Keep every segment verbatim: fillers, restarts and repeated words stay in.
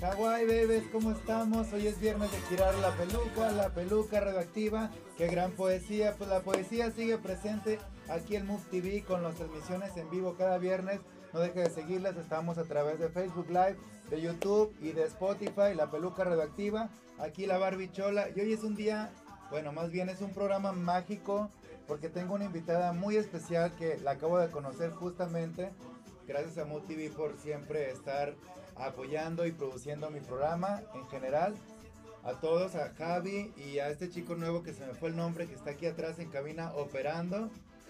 Hawaii Babies, ¿cómo estamos? Hoy es viernes de girar la peluca, la peluca radioactiva. Qué gran poesía, pues la poesía sigue presente aquí en Move T V con las transmisiones en vivo cada viernes. No deje de seguirlas, estamos a través de Facebook Live, de YouTube y de Spotify, la peluca radioactiva. Aquí la Barbie Chola. Y hoy es un día, bueno, más bien es un programa mágico porque tengo una invitada muy especial que la acabo de conocer justamente. Gracias a Move T V por siempre estar apoyando y produciendo mi programa en general. A todos, a Javi y a este chico nuevo que se me fue el nombre, que está aquí atrás en cabina operando.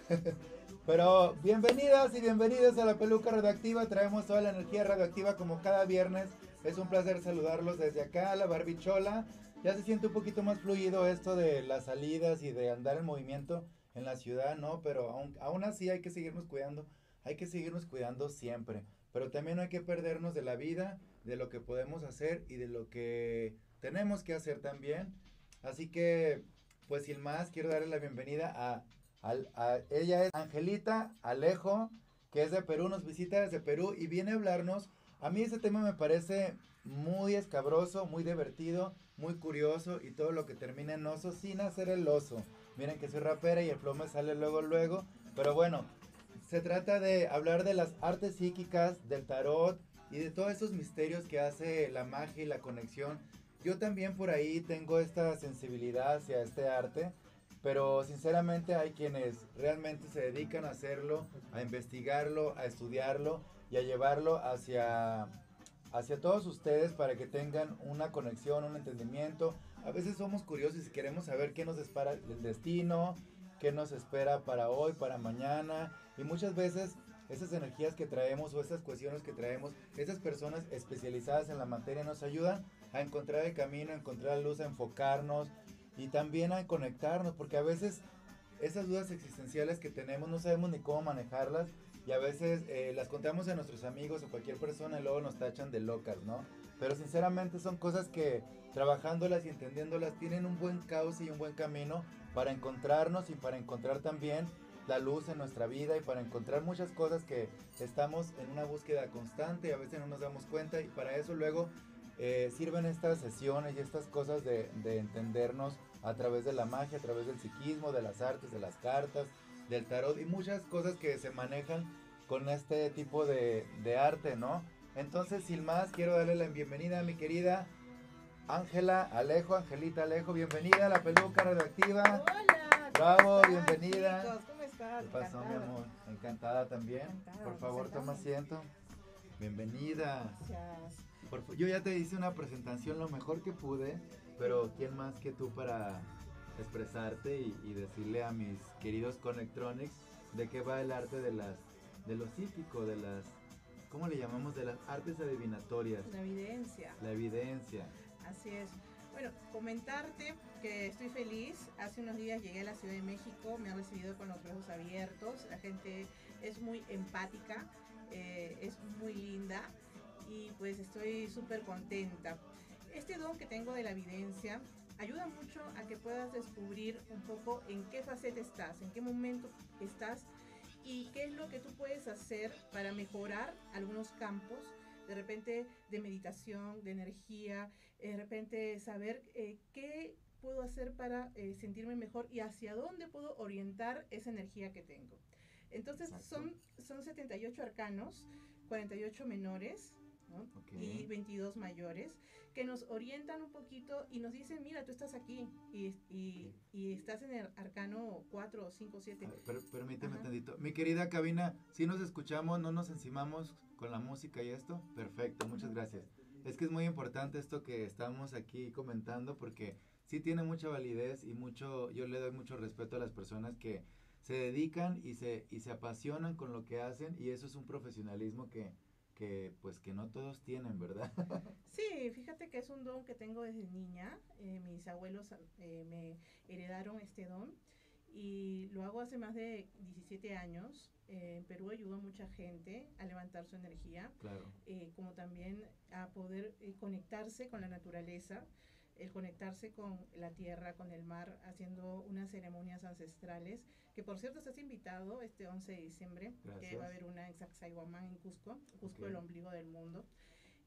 Pero bienvenidas y bienvenidos a la peluca radioactiva. Traemos toda la energía radioactiva como cada viernes. Es un placer saludarlos desde acá, la barbichola. Ya se siente un poquito más fluido esto de las salidas y de andar en movimiento en la ciudad, ¿no? Pero aún, aún así hay que seguirnos cuidando. Hay que seguirnos cuidando siempre. Pero también no hay que perdernos de la vida, de lo que podemos hacer y de lo que tenemos que hacer también. Así que, pues sin más, quiero darle la bienvenida a, a, a ella es Angelita Alejo, que es de Perú, nos visita desde Perú y viene a hablarnos. A mí ese tema me parece muy escabroso, muy divertido, muy curioso y todo lo que termina en oso sin hacer el oso. Miren que soy rapera y el flow me sale luego luego, pero bueno, se trata de hablar de las artes psíquicas, del tarot y de todos esos misterios que hace la magia y la conexión. Yo también por ahí tengo esta sensibilidad hacia este arte, pero sinceramente hay quienes realmente se dedican a hacerlo, a investigarlo, a estudiarlo y a llevarlo hacia, hacia todos ustedes para que tengan una conexión, un entendimiento. A veces somos curiosos y queremos saber qué nos espera el destino, qué nos espera para hoy, para mañana. Y muchas veces esas energías que traemos o esas cuestiones que traemos, esas personas especializadas en la materia nos ayudan a encontrar el camino, a encontrar la luz, a enfocarnos y también a conectarnos, porque a veces esas dudas existenciales que tenemos no sabemos ni cómo manejarlas y a veces eh, las contamos a nuestros amigos o cualquier persona y luego nos tachan de locas, ¿no? Pero sinceramente son cosas que trabajándolas y entendiéndolas tienen un buen cauce y un buen camino para encontrarnos y para encontrar también la luz en nuestra vida y para encontrar muchas cosas que estamos en una búsqueda constante y a veces no nos damos cuenta y para eso luego eh, sirven estas sesiones y estas cosas de, de entendernos a través de la magia, a través del psiquismo, de las artes, de las cartas, del tarot y muchas cosas que se manejan con este tipo de, de arte, ¿no? Entonces, sin más, quiero darle la bienvenida a mi querida Ángela Alejo, Angelita Alejo, bienvenida a la peluca radioactiva. Hola, bravo, están, bienvenida. chicos? ¿Cómo estás? ¿Qué pasó, Encantada. mi amor? Encantada también. Encantada, Por favor, toma sentamos. asiento. Bienvenida. Gracias. Por, yo ya te hice una presentación lo mejor que pude, pero ¿quién más que tú para expresarte y, y decirle a mis queridos Connectronics de qué va el arte de las de lo psíquico, de las, ¿cómo le llamamos? De las artes adivinatorias. La evidencia. La evidencia. Así es. Bueno, comentarte que estoy feliz. Hace unos días llegué a la Ciudad de México, me han recibido con los brazos abiertos. La gente es muy empática, eh, es muy linda y pues estoy súper contenta. Este don que tengo de la evidencia ayuda mucho a que puedas descubrir un poco en qué faceta estás, en qué momento estás y qué es lo que tú puedes hacer para mejorar algunos campos, de repente de meditación, de energía, de repente saber eh, qué puedo hacer para eh, sentirme mejor y hacia dónde puedo orientar esa energía que tengo. Entonces son, son setenta y ocho arcanos, cuarenta y ocho menores, ¿no? Okay. Y veintidós mayores, que nos orientan un poquito y nos dicen, mira, tú estás aquí y, y, okay. y estás en el arcano cuatro, cinco, siete. Ver, per, permíteme tantito. Mi querida cabina, si nos escuchamos, no nos encimamos con la música y esto. Perfecto, muchas gracias. Es que es muy importante esto que estamos aquí comentando porque sí tiene mucha validez y mucho, yo le doy mucho respeto a las personas que se dedican y se, y se apasionan con lo que hacen y eso es un profesionalismo que, que pues que no todos tienen, ¿verdad? Sí, fíjate que es un don que tengo desde niña. Eh, mis abuelos eh, me heredaron este don y lo hago hace más de diecisiete años. Eh, en Perú ayudo a mucha gente a levantar su energía, claro. eh, como también a poder eh, conectarse con la naturaleza, el conectarse con la tierra, con el mar, haciendo unas ceremonias ancestrales, que por cierto estás invitado este once de diciembre, gracias. Que va a haber una en Sacsayhuamán, en Cusco, Cusco okay. El ombligo del mundo.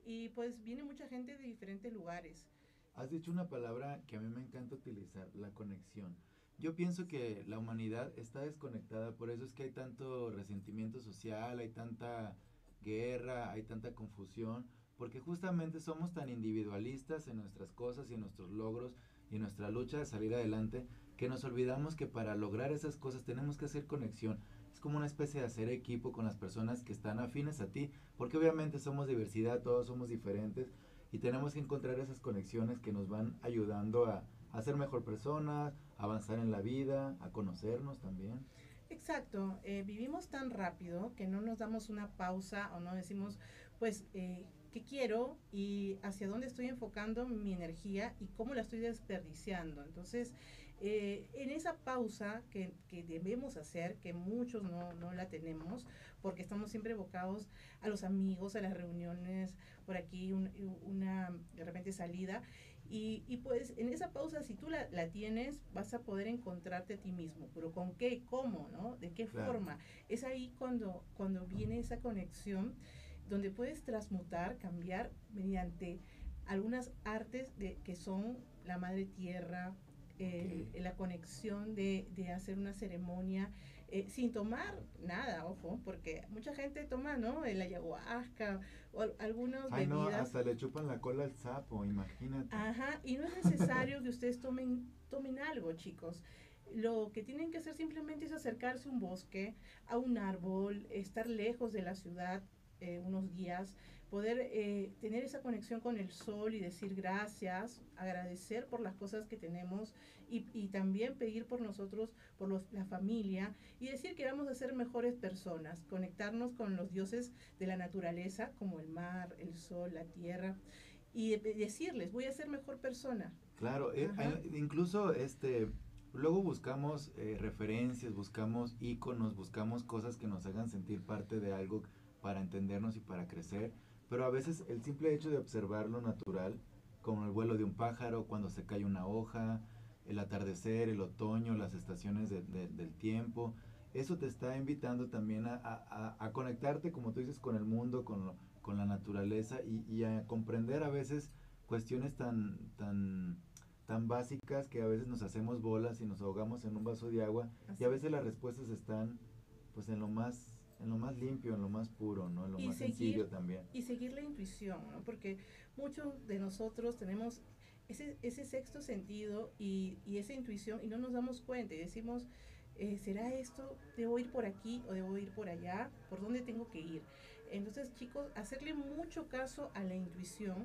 y pues viene mucha gente de diferentes lugares. Has dicho una palabra que a mí me encanta utilizar, la conexión. Yo pienso que la humanidad está desconectada, por eso es que hay tanto resentimiento social, hay tanta guerra, hay tanta confusión, porque justamente somos tan individualistas en nuestras cosas y en nuestros logros y en nuestra lucha de salir adelante, que nos olvidamos que para lograr esas cosas tenemos que hacer conexión. Es como una especie de hacer equipo con las personas que están afines a ti, porque obviamente somos diversidad, todos somos diferentes, y tenemos que encontrar esas conexiones que nos van ayudando a, a ser mejor personas, a avanzar en la vida, a conocernos también. Exacto, eh, vivimos tan rápido que no nos damos una pausa o no decimos, pues, eh, ¿qué quiero y hacia dónde estoy enfocando mi energía y cómo la estoy desperdiciando? Entonces, eh, en esa pausa que, que debemos hacer, que muchos no, no la tenemos, porque estamos siempre evocados a los amigos, a las reuniones, por aquí un, una de repente salida, y, y pues en esa pausa, si tú la, la tienes, vas a poder encontrarte a ti mismo, pero ¿con qué? ¿Cómo? ¿No? ¿De qué Claro. forma? Es ahí cuando, cuando viene esa conexión, donde puedes transmutar, cambiar mediante algunas artes de, que son la madre tierra, eh, Okay. la conexión de, de hacer una ceremonia eh, sin tomar nada, ojo, porque mucha gente toma, ¿no? El ayahuasca o al- algunas Ay, no, bebidas. hasta le chupan la cola al sapo, imagínate. Ajá, y no es necesario que ustedes tomen, tomen algo, chicos. Lo que tienen que hacer simplemente es acercarse a un bosque, a un árbol, estar lejos de la ciudad eh, unos días, poder eh, tener esa conexión con el sol y decir gracias, agradecer por las cosas que tenemos y, y también pedir por nosotros, por los, la familia y decir que vamos a ser mejores personas, conectarnos con los dioses de la naturaleza como el mar, el sol, la tierra y de- decirles, voy a ser mejor persona. Claro, eh, Ajá. hay- incluso este, luego buscamos eh, referencias, buscamos íconos, buscamos cosas que nos hagan sentir parte de algo para entendernos y para crecer, pero a veces el simple hecho de observar lo natural, como el vuelo de un pájaro, cuando se cae una hoja, el atardecer, el otoño, las estaciones de- de- del tiempo, eso te está invitando también a, a- a- a conectarte, como tú dices, con el mundo, con, lo- con la naturaleza y, y a comprender a veces cuestiones tan, tan tan básicas que a veces nos hacemos bolas y nos ahogamos en un vaso de agua y a Así veces es. las respuestas están pues en lo más en lo más limpio, en lo más puro, ¿no? En lo Y más seguir, sencillo también. y seguir la intuición, ¿no? Porque muchos de nosotros tenemos ese, ese sexto sentido y, y esa intuición y no nos damos cuenta y decimos, eh, ¿será esto? ¿Debo ir por aquí o debo ir por allá? ¿Por dónde tengo que ir? Entonces, chicos, hacerle mucho caso a la intuición,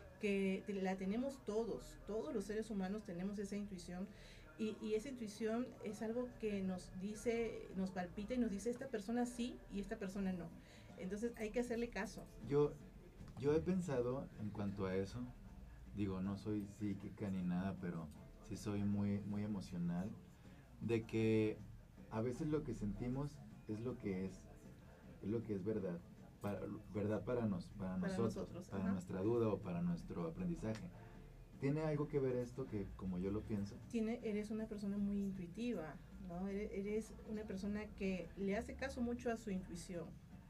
que la tenemos todos, todos los seres humanos tenemos esa intuición y, y esa intuición es algo que nos dice, nos palpita y nos dice esta persona sí y esta persona no. Entonces hay que hacerle caso. Yo yo he pensado en cuanto a eso, digo, no soy psíquica ni nada, pero sí soy muy muy emocional de que a veces lo que sentimos es lo que es, es lo que es verdad, para, verdad para, nos, para Para nosotros, nosotros. para Ajá. nuestra duda o para nuestro aprendizaje. ¿Tiene algo que ver esto que como yo lo pienso? Tiene, eres una persona muy intuitiva, ¿no? Eres, eres una persona que le hace caso mucho a su intuición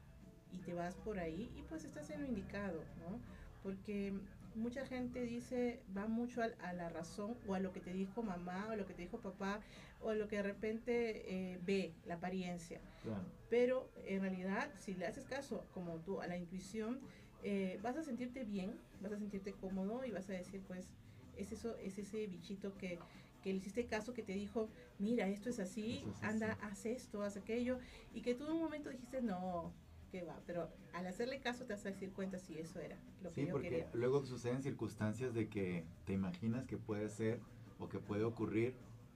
y te vas por ahí y pues estás en lo indicado, ¿no? Porque mucha gente dice, va mucho a, a la razón o a lo que te dijo mamá o a lo que te dijo papá o a lo que de repente eh, ve, la apariencia. Claro. Pero en realidad, si le haces caso, como tú, a la intuición, eh, vas a sentirte bien, vas a sentirte cómodo y vas a decir, pues, es eso, es ese bichito que, que le hiciste caso, que te dijo, mira, esto es así, Eso es anda, así. haz esto, haz aquello, y que tú en un momento dijiste, no, qué va, pero al hacerle caso te vas a decir cuenta si eso era lo que Sí, yo porque quería. luego suceden circunstancias de que te imaginas que puede ser o que puede ocurrir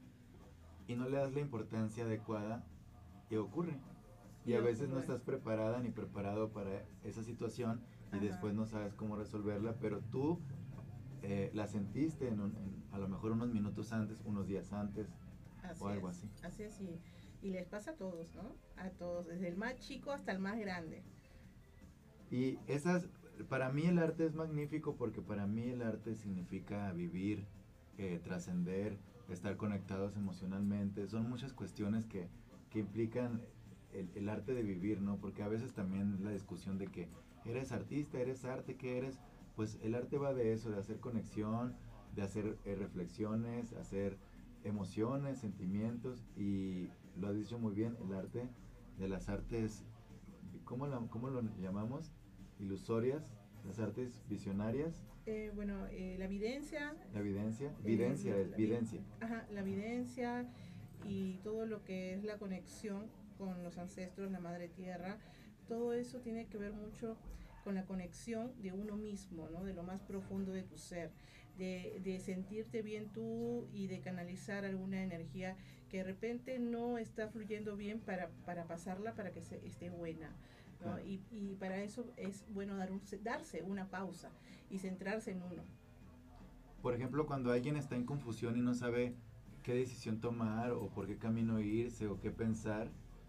y no le das la importancia adecuada y ocurre. Y Y a veces no ocurre. estás preparada ni preparado para esa situación y Ajá. después no sabes cómo resolverla, pero tú eh, la sentiste en, un, en a lo mejor unos minutos antes, unos días antes Así o algo es, así. así es, y, y les pasa a todos, ¿no? A todos, desde el más chico hasta el más grande. Y esas, para mí el arte es magnífico porque para mí el arte significa vivir, eh, trascender, estar conectados emocionalmente. Son muchas cuestiones que, que implican el, el arte de vivir, ¿no? Porque a veces también la discusión de que ¿Eres artista? ¿Eres arte? ¿Qué eres? Pues el arte va de eso, de hacer conexión, de hacer eh, reflexiones, hacer emociones, sentimientos, y lo has dicho muy bien, el arte de las artes, ¿cómo, la, cómo lo llamamos? Ilusorias, las artes visionarias. Eh, bueno, eh, la evidencia. La evidencia, videncia, eh, es la, videncia. Ajá, la evidencia y todo lo que es la conexión con los ancestros, la madre tierra, todo eso tiene que ver mucho con la conexión de uno mismo, ¿no? De lo más profundo de tu ser, de, de sentirte bien tú y de canalizar alguna energía que de repente no está fluyendo bien para, para pasarla para que se, esté buena, ¿no? Claro. Y, y para eso es bueno dar un, darse una pausa y centrarse en uno. Por ejemplo, cuando alguien está en confusión y no sabe qué decisión tomar o por qué camino irse o qué pensar,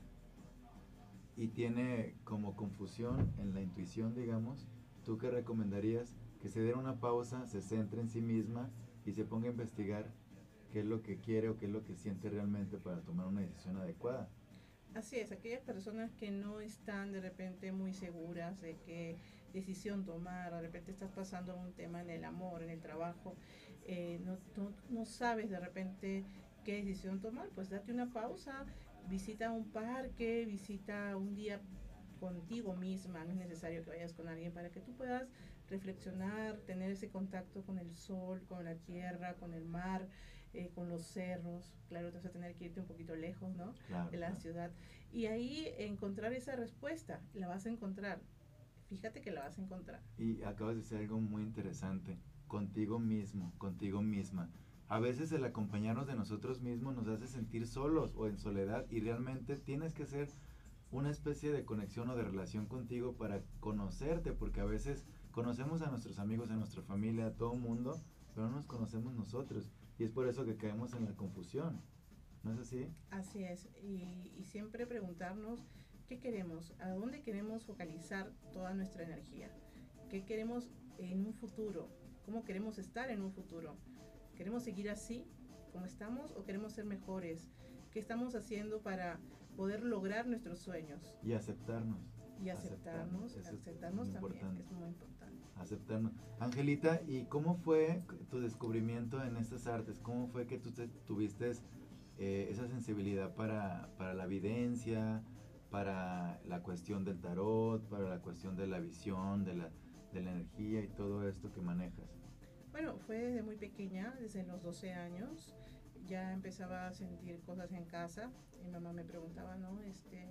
y tiene como confusión en la intuición, digamos, ¿tú qué recomendarías? Que se dé una pausa, se centre en sí misma y se ponga a investigar qué es lo que quiere o qué es lo que siente realmente para tomar una decisión adecuada. Así es, aquellas personas que no están de repente muy seguras de qué decisión tomar, de repente estás pasando un tema en el amor, en el trabajo, eh, no, no, no sabes de repente qué decisión tomar, pues date una pausa, visita un parque, visita un día contigo misma, no es necesario que vayas con alguien, para que tú puedas reflexionar, tener ese contacto con el sol, con la tierra, con el mar, eh, con los cerros. Claro, te vas a tener que irte un poquito lejos, ¿no? Claro, de la claro. ciudad, y ahí encontrar esa respuesta, la vas a encontrar, fíjate que la vas a encontrar. Y acabas de decir algo muy interesante, contigo mismo, contigo misma. A veces el acompañarnos de nosotros mismos nos hace sentir solos o en soledad, y realmente tienes que hacer una especie de conexión o de relación contigo para conocerte, porque a veces conocemos a nuestros amigos, a nuestra familia, a todo el mundo, pero no nos conocemos nosotros, y es por eso que caemos en la confusión, ¿no es así? Así es, y, y siempre preguntarnos qué queremos, a dónde queremos focalizar toda nuestra energía, qué queremos en un futuro, cómo queremos estar en un futuro. ¿Queremos seguir así, como estamos, o queremos ser mejores? ¿Qué estamos haciendo para poder lograr nuestros sueños? Y aceptarnos. Y aceptarnos, aceptarnos, aceptarnos también importante. Es muy importante. Aceptarnos. Angelita, ¿y cómo fue tu descubrimiento en estas artes? ¿Cómo fue que tú te, tuviste eh, esa sensibilidad para, para la videncia, para la cuestión del tarot, para la cuestión de la visión, de la, de la energía y todo esto que manejas? Bueno, fue desde muy pequeña, desde los doce años, ya empezaba a sentir cosas en casa. Mi mamá me preguntaba, ¿no? Este,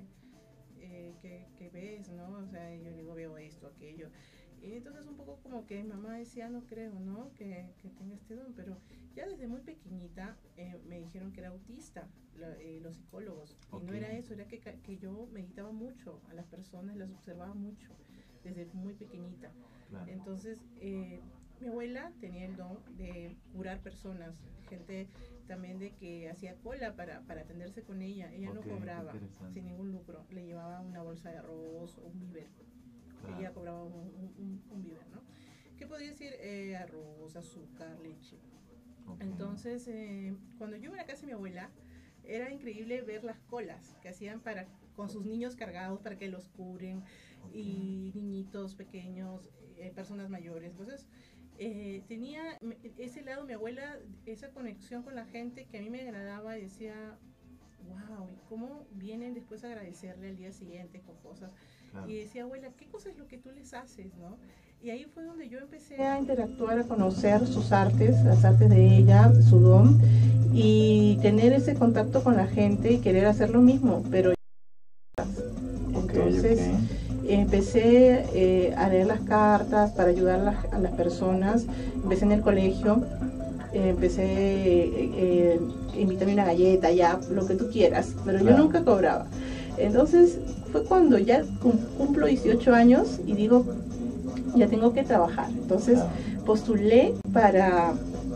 eh, ¿qué, ¿qué ves, no? O sea, yo le digo, veo esto, aquello. Y entonces un poco como que mi mamá decía, no creo, ¿no? Que, que tenga este don, pero ya desde muy pequeñita eh, me dijeron que era autista, la, eh, los psicólogos. Okay. Y no era eso, era que, que yo meditaba mucho a las personas, las observaba mucho, desde muy pequeñita. Claro. Entonces, eh, mi abuela tenía el don de curar personas, gente también de que hacía cola para, para atenderse con ella. Ella okay, no cobraba sin ningún lucro, le llevaba una bolsa de arroz o un víver. Claro. Ella cobraba un, un, un víver, ¿no? ¿Qué podía decir? Eh, arroz, azúcar, leche. Okay. Entonces, eh, cuando yo iba a la casa de mi abuela, era increíble ver las colas que hacían para con sus niños cargados para que los curen, okay. Y niñitos pequeños, eh, personas mayores. Entonces, Eh, tenía ese lado mi abuela, esa conexión con la gente que a mí me agradaba, y decía, wow, ¿y cómo vienen después a agradecerle al día siguiente con cosas? Claro. Y decía, abuela, ¿qué cosa es lo que tú les haces, no? Y ahí fue donde yo empecé a interactuar, a conocer sus artes, las artes de ella, su don, y tener ese contacto con la gente y querer hacer lo mismo, pero okay, entonces okay. Empecé eh, a leer las cartas para ayudar a las, a las personas. Empecé en el colegio, eh, empecé eh, eh, invítame una galleta, ya, lo que tú quieras, pero claro. Yo nunca cobraba. Entonces fue cuando ya cumplo dieciocho años y digo, ya tengo que trabajar. Entonces postulé para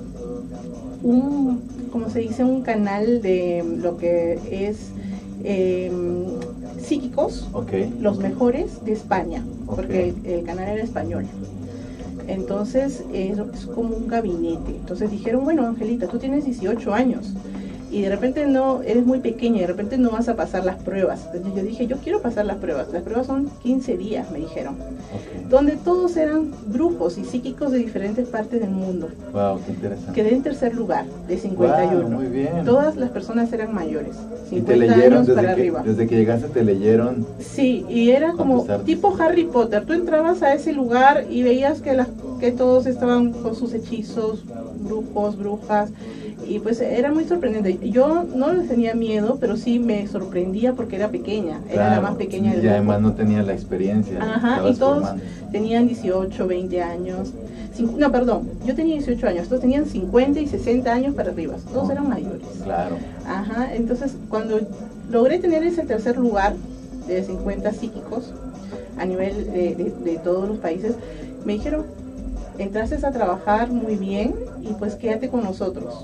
un, como se dice, un canal de lo que es eh, psíquicos, okay. Los mejores de España, okay. Porque el, el canal era español. Entonces es, es como un gabinete. Entonces dijeron, bueno, Angelita, tú tienes dieciocho años, y de repente no, eres muy pequeña y de repente no vas a pasar las pruebas. Entonces yo dije, yo quiero pasar las pruebas. Las pruebas son quince días, me dijeron, okay. Donde todos eran brujos y psíquicos de diferentes partes del mundo. Wow, qué interesante. Quedé en tercer lugar de cincuenta y uno. Wow, muy bien. Todas las personas eran mayores, cincuenta ¿Y te leyeron años desde para que, arriba. Desde que llegaste te leyeron? Sí, y era como tipo Harry Potter. Tú entrabas a ese lugar y veías que, las, que todos estaban con sus hechizos, brujos, brujas, y pues era muy sorprendente. Yo no les tenía miedo, pero sí me sorprendía porque era pequeña, claro, era la más pequeña del y además grupo. No tenía la experiencia. Ajá, y todos formando. Tenían dieciocho, veinte años, no, perdón, yo tenía dieciocho años, todos tenían cincuenta y sesenta años para arriba, todos oh, eran mayores. Claro. Ajá, entonces cuando logré tener ese tercer lugar de cincuenta psíquicos a nivel de, de, de todos los países, me dijeron, entraste a trabajar muy bien y pues quédate con nosotros.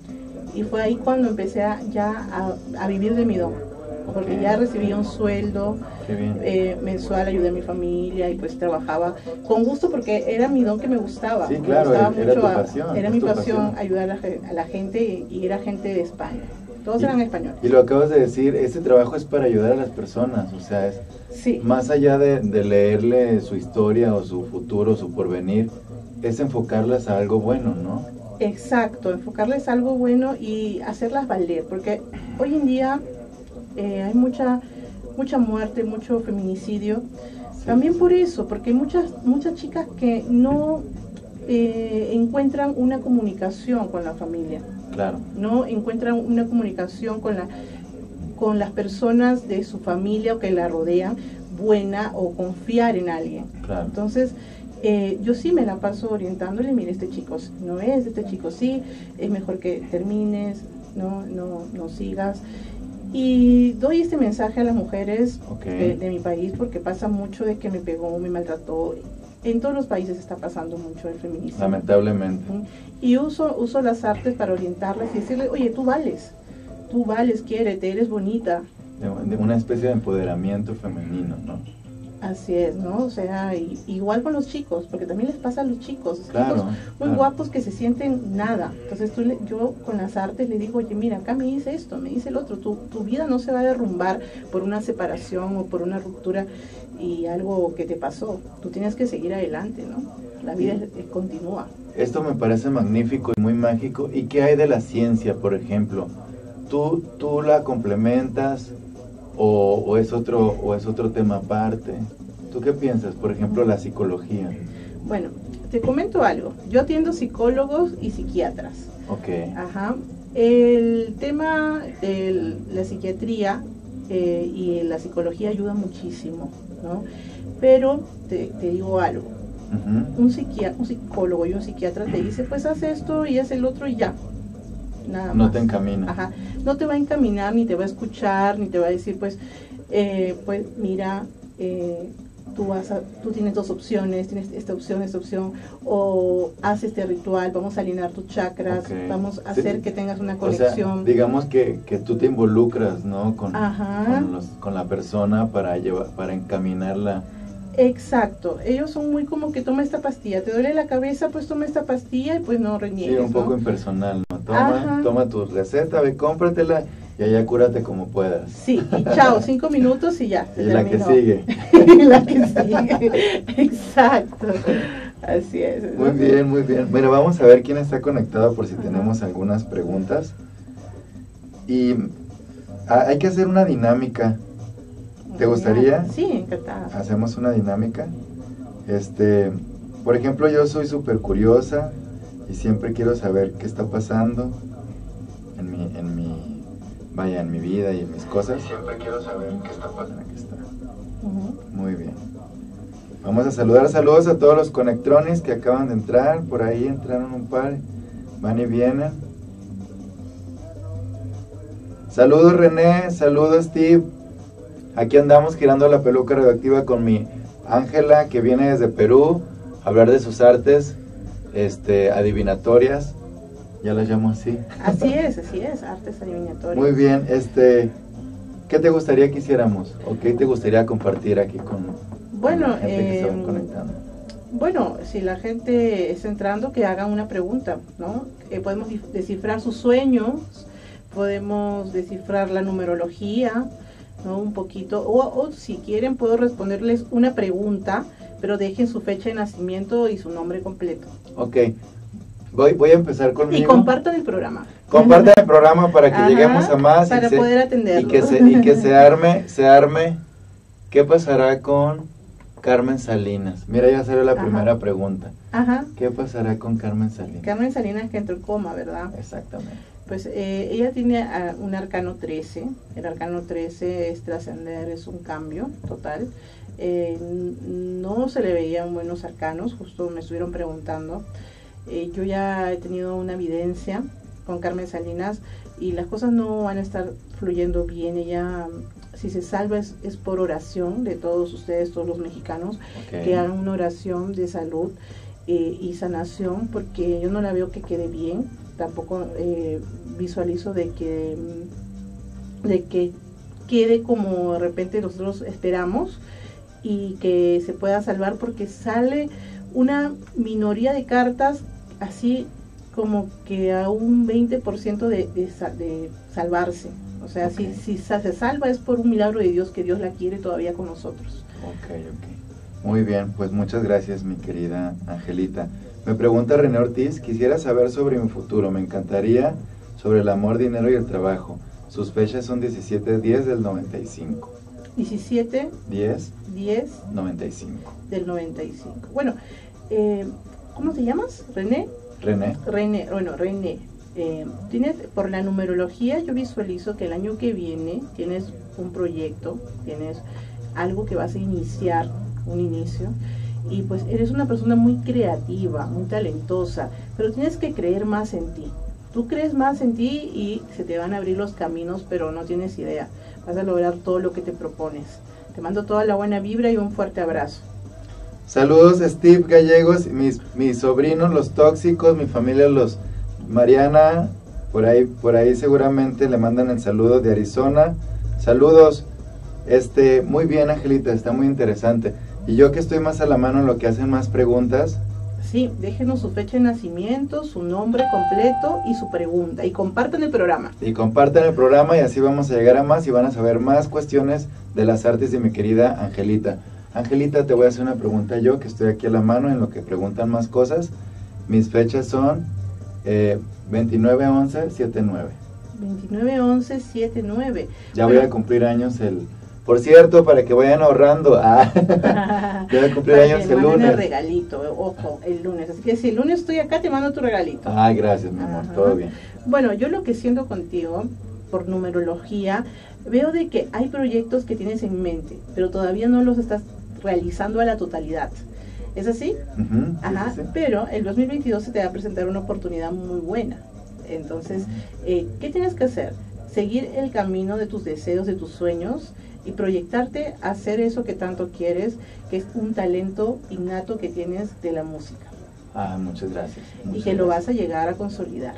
Y fue ahí cuando empecé a, ya a, a vivir de mi don, porque okay. Ya recibía un sueldo eh, mensual, ayudé a mi familia y pues trabajaba con gusto porque era mi don que me gustaba. Sí, claro, me gustaba era, mucho era, tu pasión, a, era mi pasión, pasión ayudar a la, a la gente y, y era gente de España. Todos y, eran españoles. Y lo acabas de decir, este trabajo es para ayudar a las personas, o sea, es sí. Más allá de, de leerle su historia o su futuro, su porvenir, es enfocarlas a algo bueno, ¿no? Exacto, enfocarles a algo bueno y hacerlas valer, porque hoy en día eh, hay mucha mucha muerte, mucho feminicidio, sí. También por eso, porque hay muchas, muchas chicas que no eh, encuentran una comunicación con la familia. Claro. No encuentran una comunicación con la con las personas de su familia o que la rodean buena o confiar en alguien. Claro. Entonces, eh, yo sí me la paso orientándole, mire, este chico no es, este chico sí, es mejor que termines, no, no, no sigas. Y doy este mensaje a las mujeres okay. de, de mi país porque pasa mucho de que me pegó, me maltrató. En todos los países está pasando mucho el feminismo. Lamentablemente. Y uso, uso las artes para orientarlas y decirles, oye, tú vales, tú vales, quiérete, eres bonita. De, de una especie de empoderamiento femenino, ¿no? Así es, ¿no? O sea, y, igual con los chicos, porque también les pasa a los chicos, claro, chicos muy claro. guapos que se sienten nada. Entonces tú le, yo con las artes le digo, oye, mira, acá me dice esto, me dice el otro, tu, tu vida no se va a derrumbar por una separación o por una ruptura y algo que te pasó. Tú tienes que seguir adelante, ¿no? La vida es, es, continúa. Esto me parece magnífico y muy mágico. ¿Y qué hay de la ciencia, por ejemplo? ¿Tú, tú la complementas? O, o, es otro, ¿O es otro tema aparte? ¿Tú qué piensas, por ejemplo, la psicología? Bueno, te comento algo. Yo atiendo psicólogos y psiquiatras. Ok. Ajá. El tema de la psiquiatría eh, y la psicología ayuda muchísimo, ¿no? Pero te, te digo algo. Uh-huh. un, psiqui- un psicólogo y un psiquiatra te dice, pues haz esto y haz el otro y ya. Nada no más. te encamina. Ajá. No te va a encaminar, ni te va a escuchar, ni te va a decir, pues, eh, pues mira, eh, tú, vas a, tú tienes dos opciones, tienes esta opción, esta opción, o haz este ritual, vamos a alinear tus chakras, okay. vamos a sí. hacer que tengas una conexión. O sea, digamos que, que tú te involucras, ¿no? Con, con, los, con la persona para, llevar, para encaminarla. Exacto, ellos son muy como que toma esta pastilla, te duele la cabeza, pues toma esta pastilla y pues no reniegues. Sí, un poco ¿no? impersonal, ¿no? Toma, toma tu receta, ve, cómpratela y allá cúrate como puedas. Sí, y chao, cinco minutos y ya. Y la que sigue. la que sigue, exacto, así es. Muy bien, muy bien. Bueno, vamos a ver quién está conectado por si Ajá. tenemos algunas preguntas. Y a, hay que hacer una dinámica. ¿Te gustaría? Sí, encantada. Hacemos una dinámica. Este, por ejemplo, yo soy súper curiosa y siempre quiero saber qué está pasando en mi, en mi, vaya, en mi vida y en mis cosas. Y siempre quiero saber qué está pasando. Aquí está. Uh-huh. Muy bien. Vamos a saludar, saludos a todos los conectrones que acaban de entrar. Por ahí entraron un par, van y vienen. Saludos René, saludos Steve. Aquí andamos girando la peluca radioactiva con mi Ángela, que viene desde Perú, a hablar de sus artes este, adivinatorias. Ya las llamo así. Así es, así es, artes adivinatorias. Muy bien, este, ¿qué te gustaría que hiciéramos? ¿O qué te gustaría compartir aquí con, bueno, con la gente eh, que se va conectando? Bueno, si la gente está entrando, que hagan una pregunta, ¿no? Eh, podemos descifrar sus sueños, podemos descifrar la numerología, ¿no? Un poquito, o, o si quieren puedo responderles una pregunta, pero dejen su fecha de nacimiento y su nombre completo. Ok, voy, voy a empezar conmigo. Y compartan el programa. Compartan el programa para que Ajá, lleguemos a más. para y se, poder atenderlo. Y que, se, y que se arme, se arme. ¿Qué pasará con Carmen Salinas? Mira, ya salió la Ajá. primera pregunta. Ajá. ¿Qué pasará con Carmen Salinas? Carmen Salinas, que entró en coma, ¿verdad? Exactamente. Pues eh, ella tiene uh, un arcano trece. El arcano trece es trascender, es un cambio total. Eh, no se le veían buenos arcanos, justo me estuvieron preguntando. Eh, yo ya he tenido una evidencia con Carmen Salinas y las cosas no van a estar fluyendo bien. Ella, si se salva, es, es por oración de todos ustedes, todos los mexicanos, okay. que hagan una oración de salud eh, y sanación, porque yo no la veo que quede bien. Tampoco eh, visualizo de que, de que quede como de repente nosotros esperamos y que se pueda salvar, porque sale una minoría de cartas así como que a un veinte por ciento de, de, de salvarse. O sea, okay. si, si se salva es por un milagro de Dios, que Dios la quiere todavía con nosotros. Ok, ok. Muy bien, pues muchas gracias, mi querida Angelita. Me pregunta René Ortiz, quisiera saber sobre mi futuro, me encantaría sobre el amor, dinero y el trabajo. Sus fechas son diecisiete diez del noventa y cinco. diecisiete diez diez noventa y cinco. Del noventa y cinco. Bueno, eh, ¿cómo te llamas? ¿René? René. René, bueno, René. Eh, tienes, por la numerología yo visualizo que el año que viene tienes un proyecto, tienes algo que vas a iniciar, un inicio. Y pues eres una persona muy creativa, muy talentosa, pero tienes que creer más en ti. Tú crees más en ti y se te van a abrir los caminos, pero no tienes idea. Vas a lograr todo lo que te propones. Te mando toda la buena vibra y un fuerte abrazo. Saludos, Steve Gallegos, mis, mis sobrinos, los tóxicos, mi familia, los Mariana, por ahí, por ahí seguramente le mandan el saludo de Arizona. Saludos, este, muy bien, Angelita, está muy interesante. Y yo que estoy más a la mano en lo que hacen más preguntas. Sí, déjenos su fecha de nacimiento, su nombre completo y su pregunta. Y compartan el programa. Y compartan el programa y así vamos a llegar a más y van a saber más cuestiones de las artes de mi querida Angelita. Angelita, te voy a hacer una pregunta yo, que estoy aquí a la mano en lo que preguntan más cosas. Mis fechas son eh, veintinueve once setenta y nueve. veintinueve once setenta y nueve. Ya bueno. Voy a cumplir años el... Por cierto, para que vayan ahorrando, ah, voy a cumplir para años que el lunes. El regalito, ojo, el lunes. Así que si el lunes estoy acá, te mando tu regalito. Ay, gracias, mi amor, Ajá. Todo bien. Bueno, yo lo que siento contigo, por numerología, veo de que hay proyectos que tienes en mente, pero todavía no los estás realizando a la totalidad. ¿Es así? Uh-huh, Ajá, sí, sí. Pero el dos mil veintidós se te va a presentar una oportunidad muy buena. Entonces, eh, ¿qué tienes que hacer? Seguir el camino de tus deseos, de tus sueños, y proyectarte a hacer eso que tanto quieres, que es un talento innato que tienes de la música. Ah, muchas gracias. Muchas y que gracias. Lo vas a llegar a consolidar.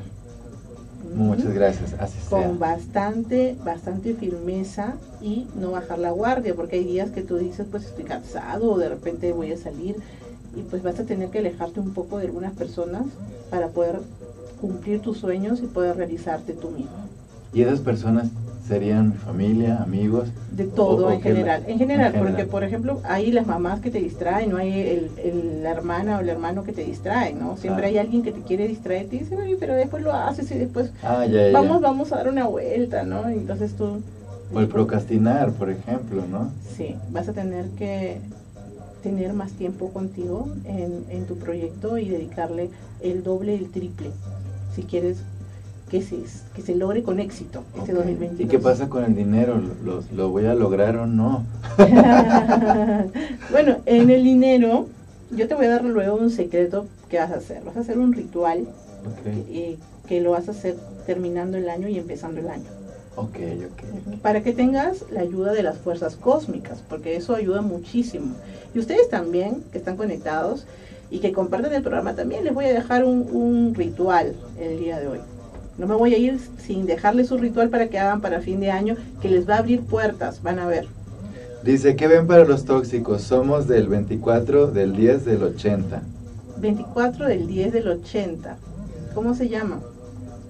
Muchas ¿Mm? gracias, así Con sea. bastante, bastante firmeza y no bajar la guardia, porque hay días que tú dices, pues estoy cansado o de repente voy a salir y pues vas a tener que alejarte un poco de algunas personas para poder cumplir tus sueños y poder realizarte tú mismo. ¿Y esas personas serían mi familia, amigos? De todo, o, o en, general. La, en general. En general, porque por ejemplo hay las mamás que te distraen, no hay el, el, la hermana o el hermano que te distraen, ¿no? Siempre ah. hay alguien que te quiere distraer, te dice, oye, pero después lo haces y después ah, ya, ya, vamos, ya. vamos a dar una vuelta, ¿no? Entonces tú... O el procrastinar, por ejemplo, ¿no? Sí, vas a tener que tener más tiempo contigo en, en tu proyecto y dedicarle el doble, el triple, si quieres que se, que se logre con éxito este okay. dos mil veintidós. ¿Y qué pasa con el dinero? ¿Lo, lo, lo voy a lograr o no? Bueno, en el dinero, yo te voy a dar luego un secreto que vas a hacer. Vas a hacer un ritual okay. que, eh, que lo vas a hacer terminando el año y empezando el año. Ok, ok. Para que tengas la ayuda de las fuerzas cósmicas, porque eso ayuda muchísimo. Y ustedes también, que están conectados y que comparten el programa, también les voy a dejar un, un ritual el día de hoy. No me voy a ir sin dejarles un ritual para que hagan para fin de año, que les va a abrir puertas, van a ver. Dice, ¿qué ven para los tóxicos? Somos del veinticuatro del diez del ochenta. veinticuatro del diez del ochenta. ¿Cómo se llama?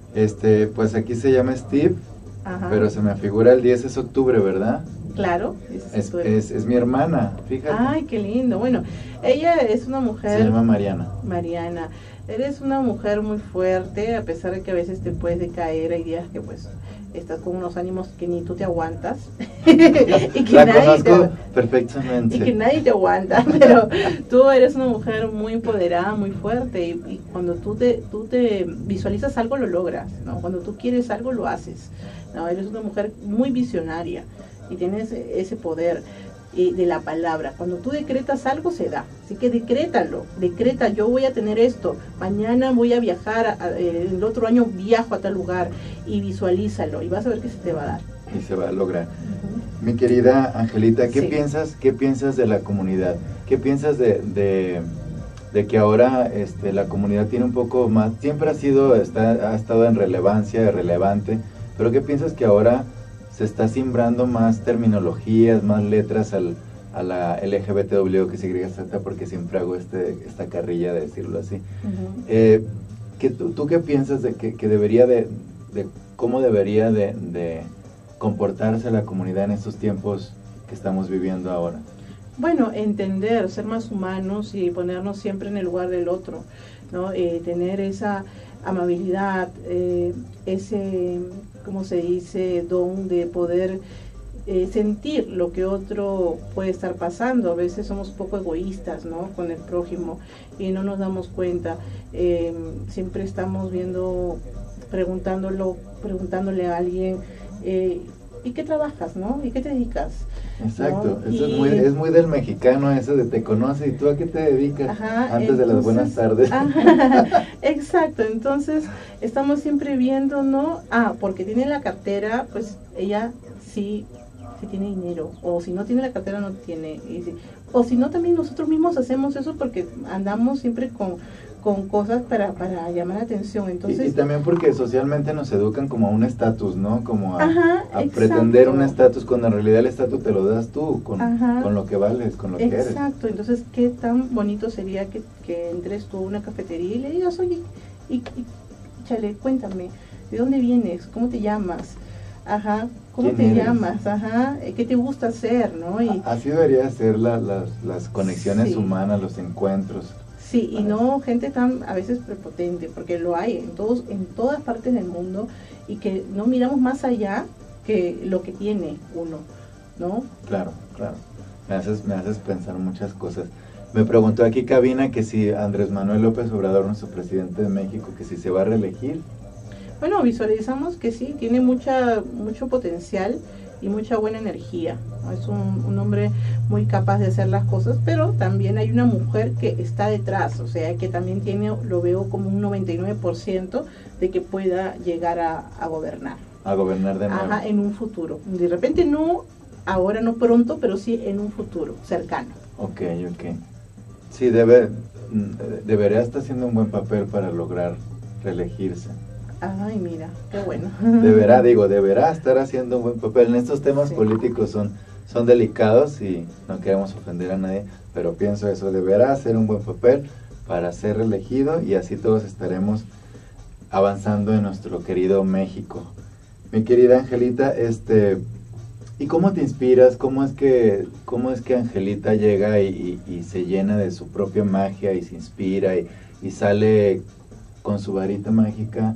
Este, pues aquí se llama Steve, Ajá. pero se me figura el diez es octubre, ¿verdad? Claro. Es, es, es mi hermana, fíjate. Ay, qué lindo. Bueno, ella es una mujer... Se llama Mariana. Mariana. Eres una mujer muy fuerte, a pesar de que a veces te puedes decaer, hay días que pues estás con unos ánimos que ni tú te aguantas. y que La nadie conozco te, perfectamente. Y que nadie te aguanta, pero tú eres una mujer muy empoderada, muy fuerte, y, y cuando tú te, tú te visualizas algo, lo logras, ¿no? Cuando tú quieres algo, lo haces, ¿no? Eres una mujer muy visionaria y tienes ese poder y de la palabra. Cuando tú decretas algo, se da. Así que decrétalo, decreta, yo voy a tener esto, mañana voy a viajar, a, a, el otro año viajo a tal lugar, y visualízalo y vas a ver que se te va a dar. Y se va a lograr. Uh-huh. Mi querida Angelita, ¿qué sí. piensas qué piensas de la comunidad? ¿Qué piensas de, de, de que ahora este, la comunidad tiene un poco más, siempre ha sido, está, ha estado en relevancia, relevante, pero qué piensas que ahora se está simbrando más terminologías, más letras al, a la L G B T W X Y Z, porque siempre hago este, esta carrilla de decirlo así? Uh-huh. eh, ¿qué, tú, ¿Tú qué piensas de que, que debería de, de cómo debería de, de comportarse la comunidad en estos tiempos que estamos viviendo ahora? Bueno, entender, ser más humanos y ponernos siempre en el lugar del otro, ¿no? Eh, tener esa amabilidad, eh, ese, ¿cómo se dice?, don de poder eh, sentir lo que otro puede estar pasando. A veces somos poco egoístas, ¿no?, con el prójimo y no nos damos cuenta. Eh, siempre estamos viendo, preguntándolo, preguntándole a alguien, eh, ¿y qué trabajas, no? ¿Y qué te dedicas? Exacto, ¿no? eso y, es muy, es muy del mexicano, eso de te conoce y tú a qué te dedicas, ajá, antes entonces, de las buenas tardes. Ajá, exacto, entonces estamos siempre viendo, ¿no? Ah, porque tiene la cartera, pues ella sí, sí tiene dinero, o si no tiene la cartera no tiene, y si, o si no también nosotros mismos hacemos eso porque andamos siempre con... con cosas para, para llamar la atención. Entonces, y, y también porque socialmente nos educan como a un estatus, ¿no? Como a, ajá, a pretender un estatus, cuando en realidad el estatus te lo das tú, con, con lo que vales, con lo exacto. que eres. Exacto, entonces qué tan bonito sería que, que entres tú a una cafetería y le digas, oye, y, y chale, cuéntame, ¿de dónde vienes? ¿Cómo te llamas? Ajá, ¿cómo te eres? llamas? Ajá, ¿qué te gusta hacer? ¿No? Y, así debería ser la, la, las conexiones sí. humanas, los encuentros. Sí, y no gente tan a veces prepotente, porque lo hay en todos, en todas partes del mundo, y que no miramos más allá que lo que tiene uno, ¿no? Claro, claro. Me haces, me haces pensar muchas cosas. Me preguntó aquí Cabina que si Andrés Manuel López Obrador, nuestro presidente de México, que si se va a reelegir. Bueno, visualizamos que sí, tiene mucha, mucho potencial y mucha buena energía. Es un, un hombre muy capaz de hacer las cosas, pero también hay una mujer que está detrás, o sea, que también tiene, lo veo como un noventa y nueve por ciento de que pueda llegar a, a gobernar. A gobernar de nuevo. Ajá, en un futuro. De repente no, ahora no pronto, pero sí en un futuro cercano. Ok, ok. Sí, debe, debería estar haciendo un buen papel para lograr reelegirse. Ay, mira, qué bueno. Deberá, digo, deberá estar haciendo un buen papel. En estos temas sí. políticos son, son delicados y no queremos ofender a nadie, pero pienso eso, deberá hacer un buen papel para ser reelegido y así todos estaremos avanzando en nuestro querido México. Mi querida Angelita, este, ¿y cómo te inspiras? ¿Cómo es que, cómo es que Angelita llega y, y, y se llena de su propia magia y se inspira y, y sale con su varita mágica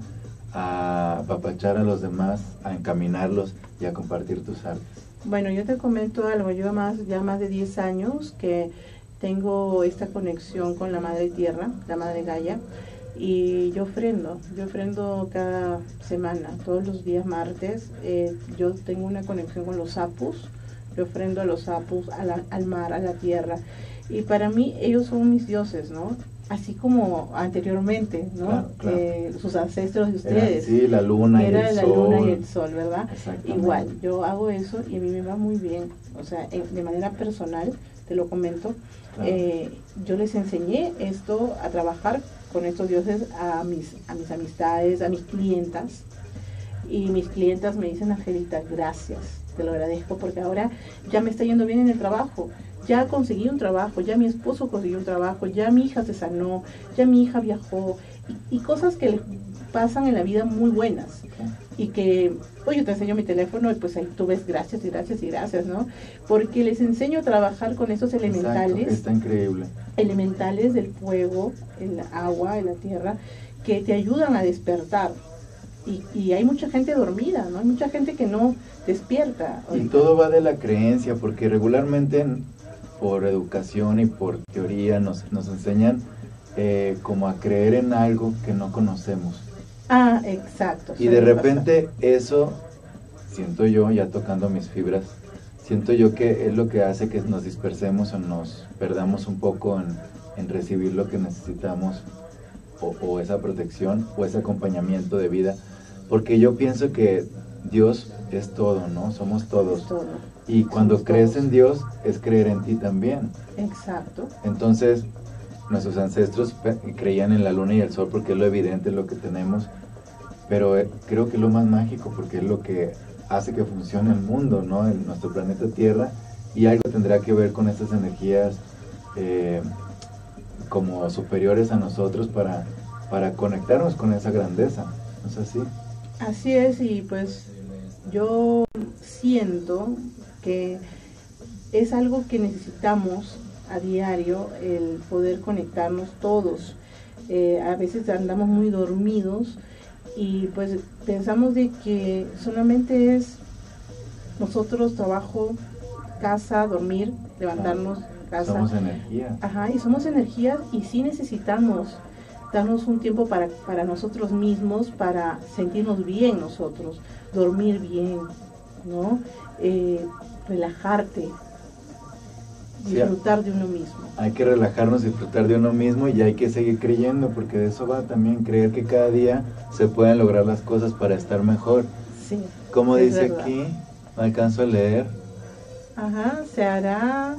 a apapachar a los demás, a encaminarlos y a compartir tus artes? Bueno, yo te comento algo, yo más, ya más de diez años que tengo esta conexión con la Madre Tierra, la Madre Gaia, y yo ofrendo, yo ofrendo cada semana, todos los días martes, eh, yo tengo una conexión con los apus, yo ofrendo a los apus, a la, al mar, a la tierra, y para mí ellos son mis dioses, ¿no? Así como anteriormente, ¿no? Claro, claro. Eh, sus ancestros de ustedes. Era, sí, la luna y el Era la sol. luna y el sol, ¿verdad? Exactamente. Igual, yo hago eso y a mí me va muy bien. O sea, en, de manera personal, te lo comento, claro. eh, yo les enseñé esto, a trabajar con estos dioses a mis, a mis amistades, a mis clientas. Y mis clientas me dicen, Angelita, gracias, te lo agradezco porque ahora ya me está yendo bien en el trabajo. Ya conseguí un trabajo, ya mi esposo consiguió un trabajo, ya mi hija se sanó, ya mi hija viajó, y, y cosas que pasan en la vida muy buenas. Y que, pues yo te enseño mi teléfono y pues ahí tú ves gracias y gracias y gracias, ¿no? Porque les enseño a trabajar con esos elementales. Exacto, está increíble. Elementales del fuego, el agua, en la tierra, que te ayudan a despertar. Y, y hay mucha gente dormida, ¿no? Hay mucha gente que no despierta. Y todo va de la creencia, porque regularmente por educación y por teoría nos, nos enseñan eh, como a creer en algo que no conocemos. Ah, exacto. Y de repente eso, siento yo, ya tocando mis fibras, siento yo que es lo que hace que nos dispersemos o nos perdamos un poco en, en recibir lo que necesitamos, o, o esa protección, o ese acompañamiento de vida. Porque yo pienso que Dios es todo, ¿no? Somos todos. Es todo. Y cuando Somos crees todos. en Dios, es creer en ti también. Exacto. Entonces, nuestros ancestros creían en la luna y el sol porque es lo evidente, es lo que tenemos. Pero eh, creo que es lo más mágico porque es lo que hace que funcione el mundo, ¿no? En nuestro planeta Tierra. Y algo tendrá que ver con estas energías eh, como superiores a nosotros para, para conectarnos con esa grandeza. ¿No es así? Así es, y pues yo siento que es algo que necesitamos a diario, el poder conectarnos todos. Eh, a veces andamos muy dormidos y pues pensamos de que solamente es nosotros, trabajo, casa, dormir, levantarnos, casa. Somos energía. Ajá, y somos energías y sí necesitamos darnos un tiempo para, para nosotros mismos, para sentirnos bien nosotros, dormir bien, ¿no? Eh, relajarte, disfrutar sí, de uno mismo. Hay que relajarnos, disfrutar de uno mismo y hay que seguir creyendo, porque de eso va también, creer que cada día se pueden lograr las cosas para estar mejor. Sí. Como dice verdad. Aquí, no alcanzo a leer. Ajá, se hará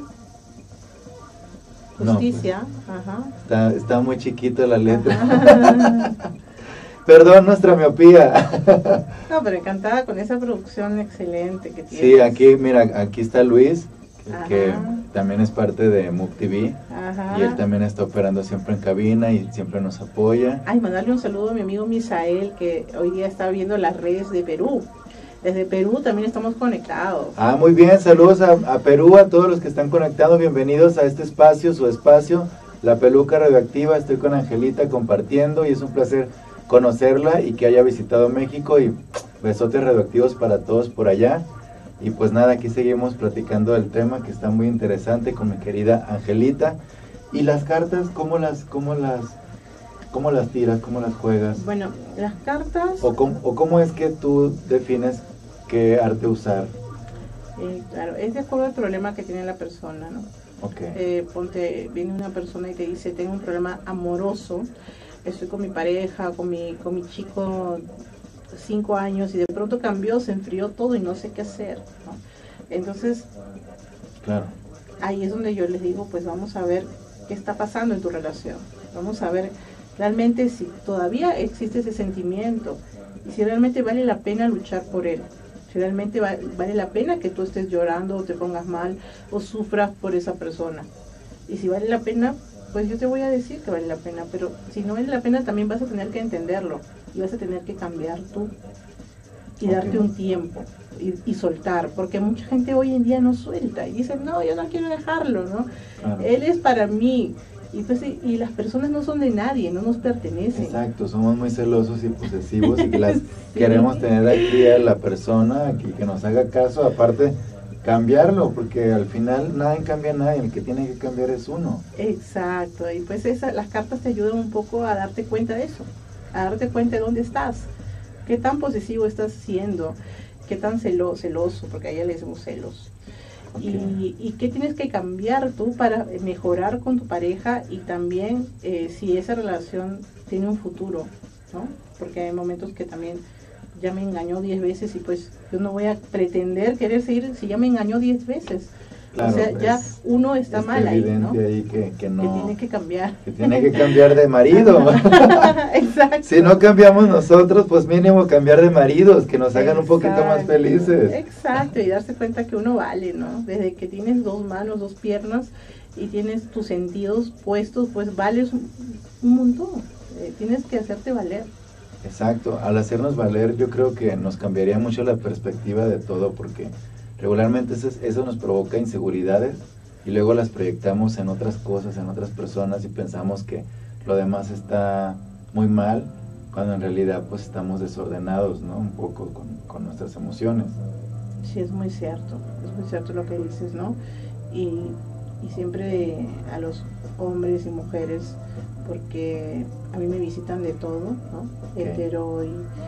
justicia. No, pues, ajá. Está, está muy chiquito la letra. Perdón nuestra miopía. No, pero encantada con esa producción excelente que tienes. Sí, aquí, mira, aquí está Luis, Ajá. que también es parte de M U V T V. Ajá. Y él también está operando siempre en cabina y siempre nos apoya. Ay, mandarle un saludo a mi amigo Misael, que hoy día está viendo las redes de Perú. Desde Perú también estamos conectados. Ah, muy bien, saludos a, a Perú, a todos los que están conectados, bienvenidos a este espacio, su espacio, La Peluca Radioactiva. Estoy con Angelita compartiendo y es un placer conocerla y que haya visitado México, y besotes radioactivos para todos por allá. Y pues nada, aquí seguimos platicando del tema que está muy interesante con mi querida Angelita. ¿Y las cartas, cómo las, cómo las, cómo las tiras, cómo las juegas? Bueno, las cartas... ¿O cómo, o cómo es que tú defines qué arte usar? Eh, claro, es de acuerdo al problema que tiene la persona, ¿no? Okay. Eh, ponte, viene una persona y te dice, tengo un problema amoroso, estoy con mi pareja, con mi, con mi chico, cinco años, y de pronto cambió, se enfrió todo y no sé qué hacer, ¿no? Entonces, claro, ahí es donde yo les digo, pues vamos a ver qué está pasando en tu relación, vamos a ver realmente si todavía existe ese sentimiento y si realmente vale la pena luchar por él, si realmente va, vale la pena que tú estés llorando o te pongas mal o sufras por esa persona. Y si vale la pena, pues yo te voy a decir que vale la pena, pero si no vale la pena también vas a tener que entenderlo y vas a tener que cambiar tú y okay. darte un tiempo y, y soltar, porque mucha gente hoy en día no suelta y dice, no, yo no quiero dejarlo, ¿no? Claro. Él es para mí. Y, pues, y, y las personas no son de nadie, no nos pertenecen. Exacto, somos muy celosos y posesivos y las sí. queremos tener aquí a la persona aquí que nos haga caso, aparte cambiarlo, porque al final nadie cambia a nadie, el que tiene que cambiar es uno. Exacto, y pues esa, las cartas te ayudan un poco a darte cuenta de eso, a darte cuenta de dónde estás, qué tan posesivo estás siendo, qué tan celo, celoso, porque a ella le decimos celos. Okay. Y, y qué tienes que cambiar tú para mejorar con tu pareja y también eh, si esa relación tiene un futuro, ¿no? Porque hay momentos que también ya me engañó diez veces y pues yo no voy a pretender querer seguir si ya me engañó diez veces. Claro, o sea, ya es, uno está es mal ahí, ¿no? Ahí que, que no, que tiene que cambiar. Que tiene que cambiar de marido. Exacto. Si no cambiamos nosotros, pues mínimo cambiar de maridos, que nos hagan Exacto. un poquito más felices. Exacto, y darse cuenta que uno vale, ¿no? Desde que tienes dos manos, dos piernas y tienes tus sentidos puestos, pues vales un, un montón. Eh, tienes que hacerte valer. Exacto, al hacernos valer yo creo que nos cambiaría mucho la perspectiva de todo, porque regularmente eso, eso nos provoca inseguridades y luego las proyectamos en otras cosas, en otras personas y pensamos que lo demás está muy mal, cuando en realidad pues estamos desordenados, ¿no? Un poco con, con nuestras emociones. Sí, es muy cierto, es muy cierto lo que dices, ¿no? Y, y siempre a los hombres y mujeres, porque a mí me visitan de todo, ¿no? Okay. Hetero y,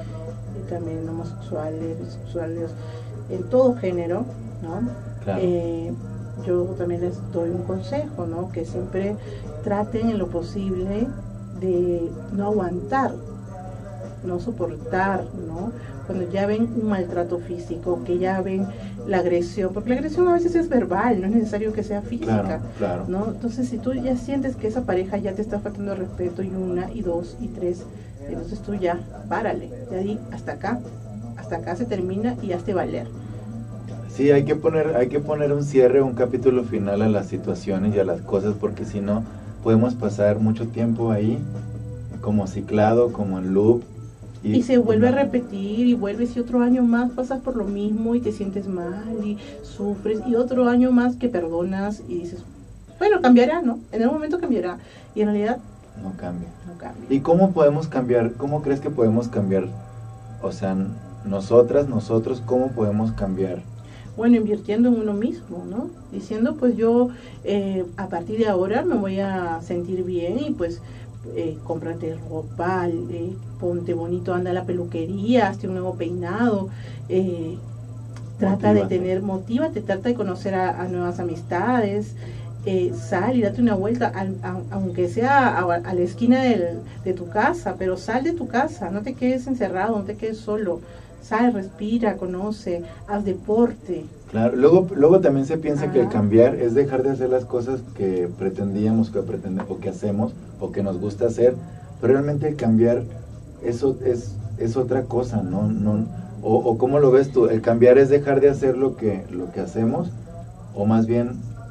y también homosexuales, bisexuales, en todo género, ¿no? Claro. Eh, yo también les doy un consejo, ¿no? Que siempre traten en lo posible de no aguantar, no soportar, ¿no? Cuando ya ven un maltrato físico, que ya ven la agresión, porque la agresión a veces es verbal, no es necesario que sea física, claro, claro. ¿no? Entonces, si tú ya sientes que esa pareja ya te está faltando respeto, y una, y dos, y tres, entonces tú ya, párale, ya di hasta acá, hasta acá se termina y hazte valer. Sí, hay que poner, hay que poner un cierre, un capítulo final a las situaciones y a las cosas, porque si no, podemos pasar mucho tiempo ahí, como ciclado, como en loop. Y, y se vuelve no. a repetir, y vuelves, y otro año más pasas por lo mismo, y te sientes mal, y sufres, y otro año más que perdonas, y dices, bueno, cambiará, ¿no? En algún momento cambiará, y en realidad... No cambia. No cambia. ¿Y cómo podemos cambiar? ¿Cómo crees que podemos cambiar? O sea, nosotras, nosotros, ¿cómo podemos cambiar? Bueno, invirtiendo en uno mismo, ¿no? Diciendo, pues yo eh, a partir de ahora me voy a sentir bien y pues eh, cómprate ropa, eh, ponte bonito, anda a la peluquería, hazte un nuevo peinado, eh, trata motívate. de tener, motívate, trata de conocer a, a nuevas amistades, eh, sal y date una vuelta, a, a, aunque sea a, a la esquina del, de tu casa, pero sal de tu casa, no te quedes encerrado, no te quedes solo. Sal, respira, conoce, haz deporte. Claro, luego, luego también se piensa Ajá. que el cambiar es dejar de hacer las cosas que pretendíamos que pretendemos, o que hacemos, o que nos gusta hacer, pero realmente el cambiar eso es, es otra cosa, ¿no? no o, o ¿cómo lo ves tú? ¿El cambiar es dejar de hacer lo que, lo que hacemos, o más bien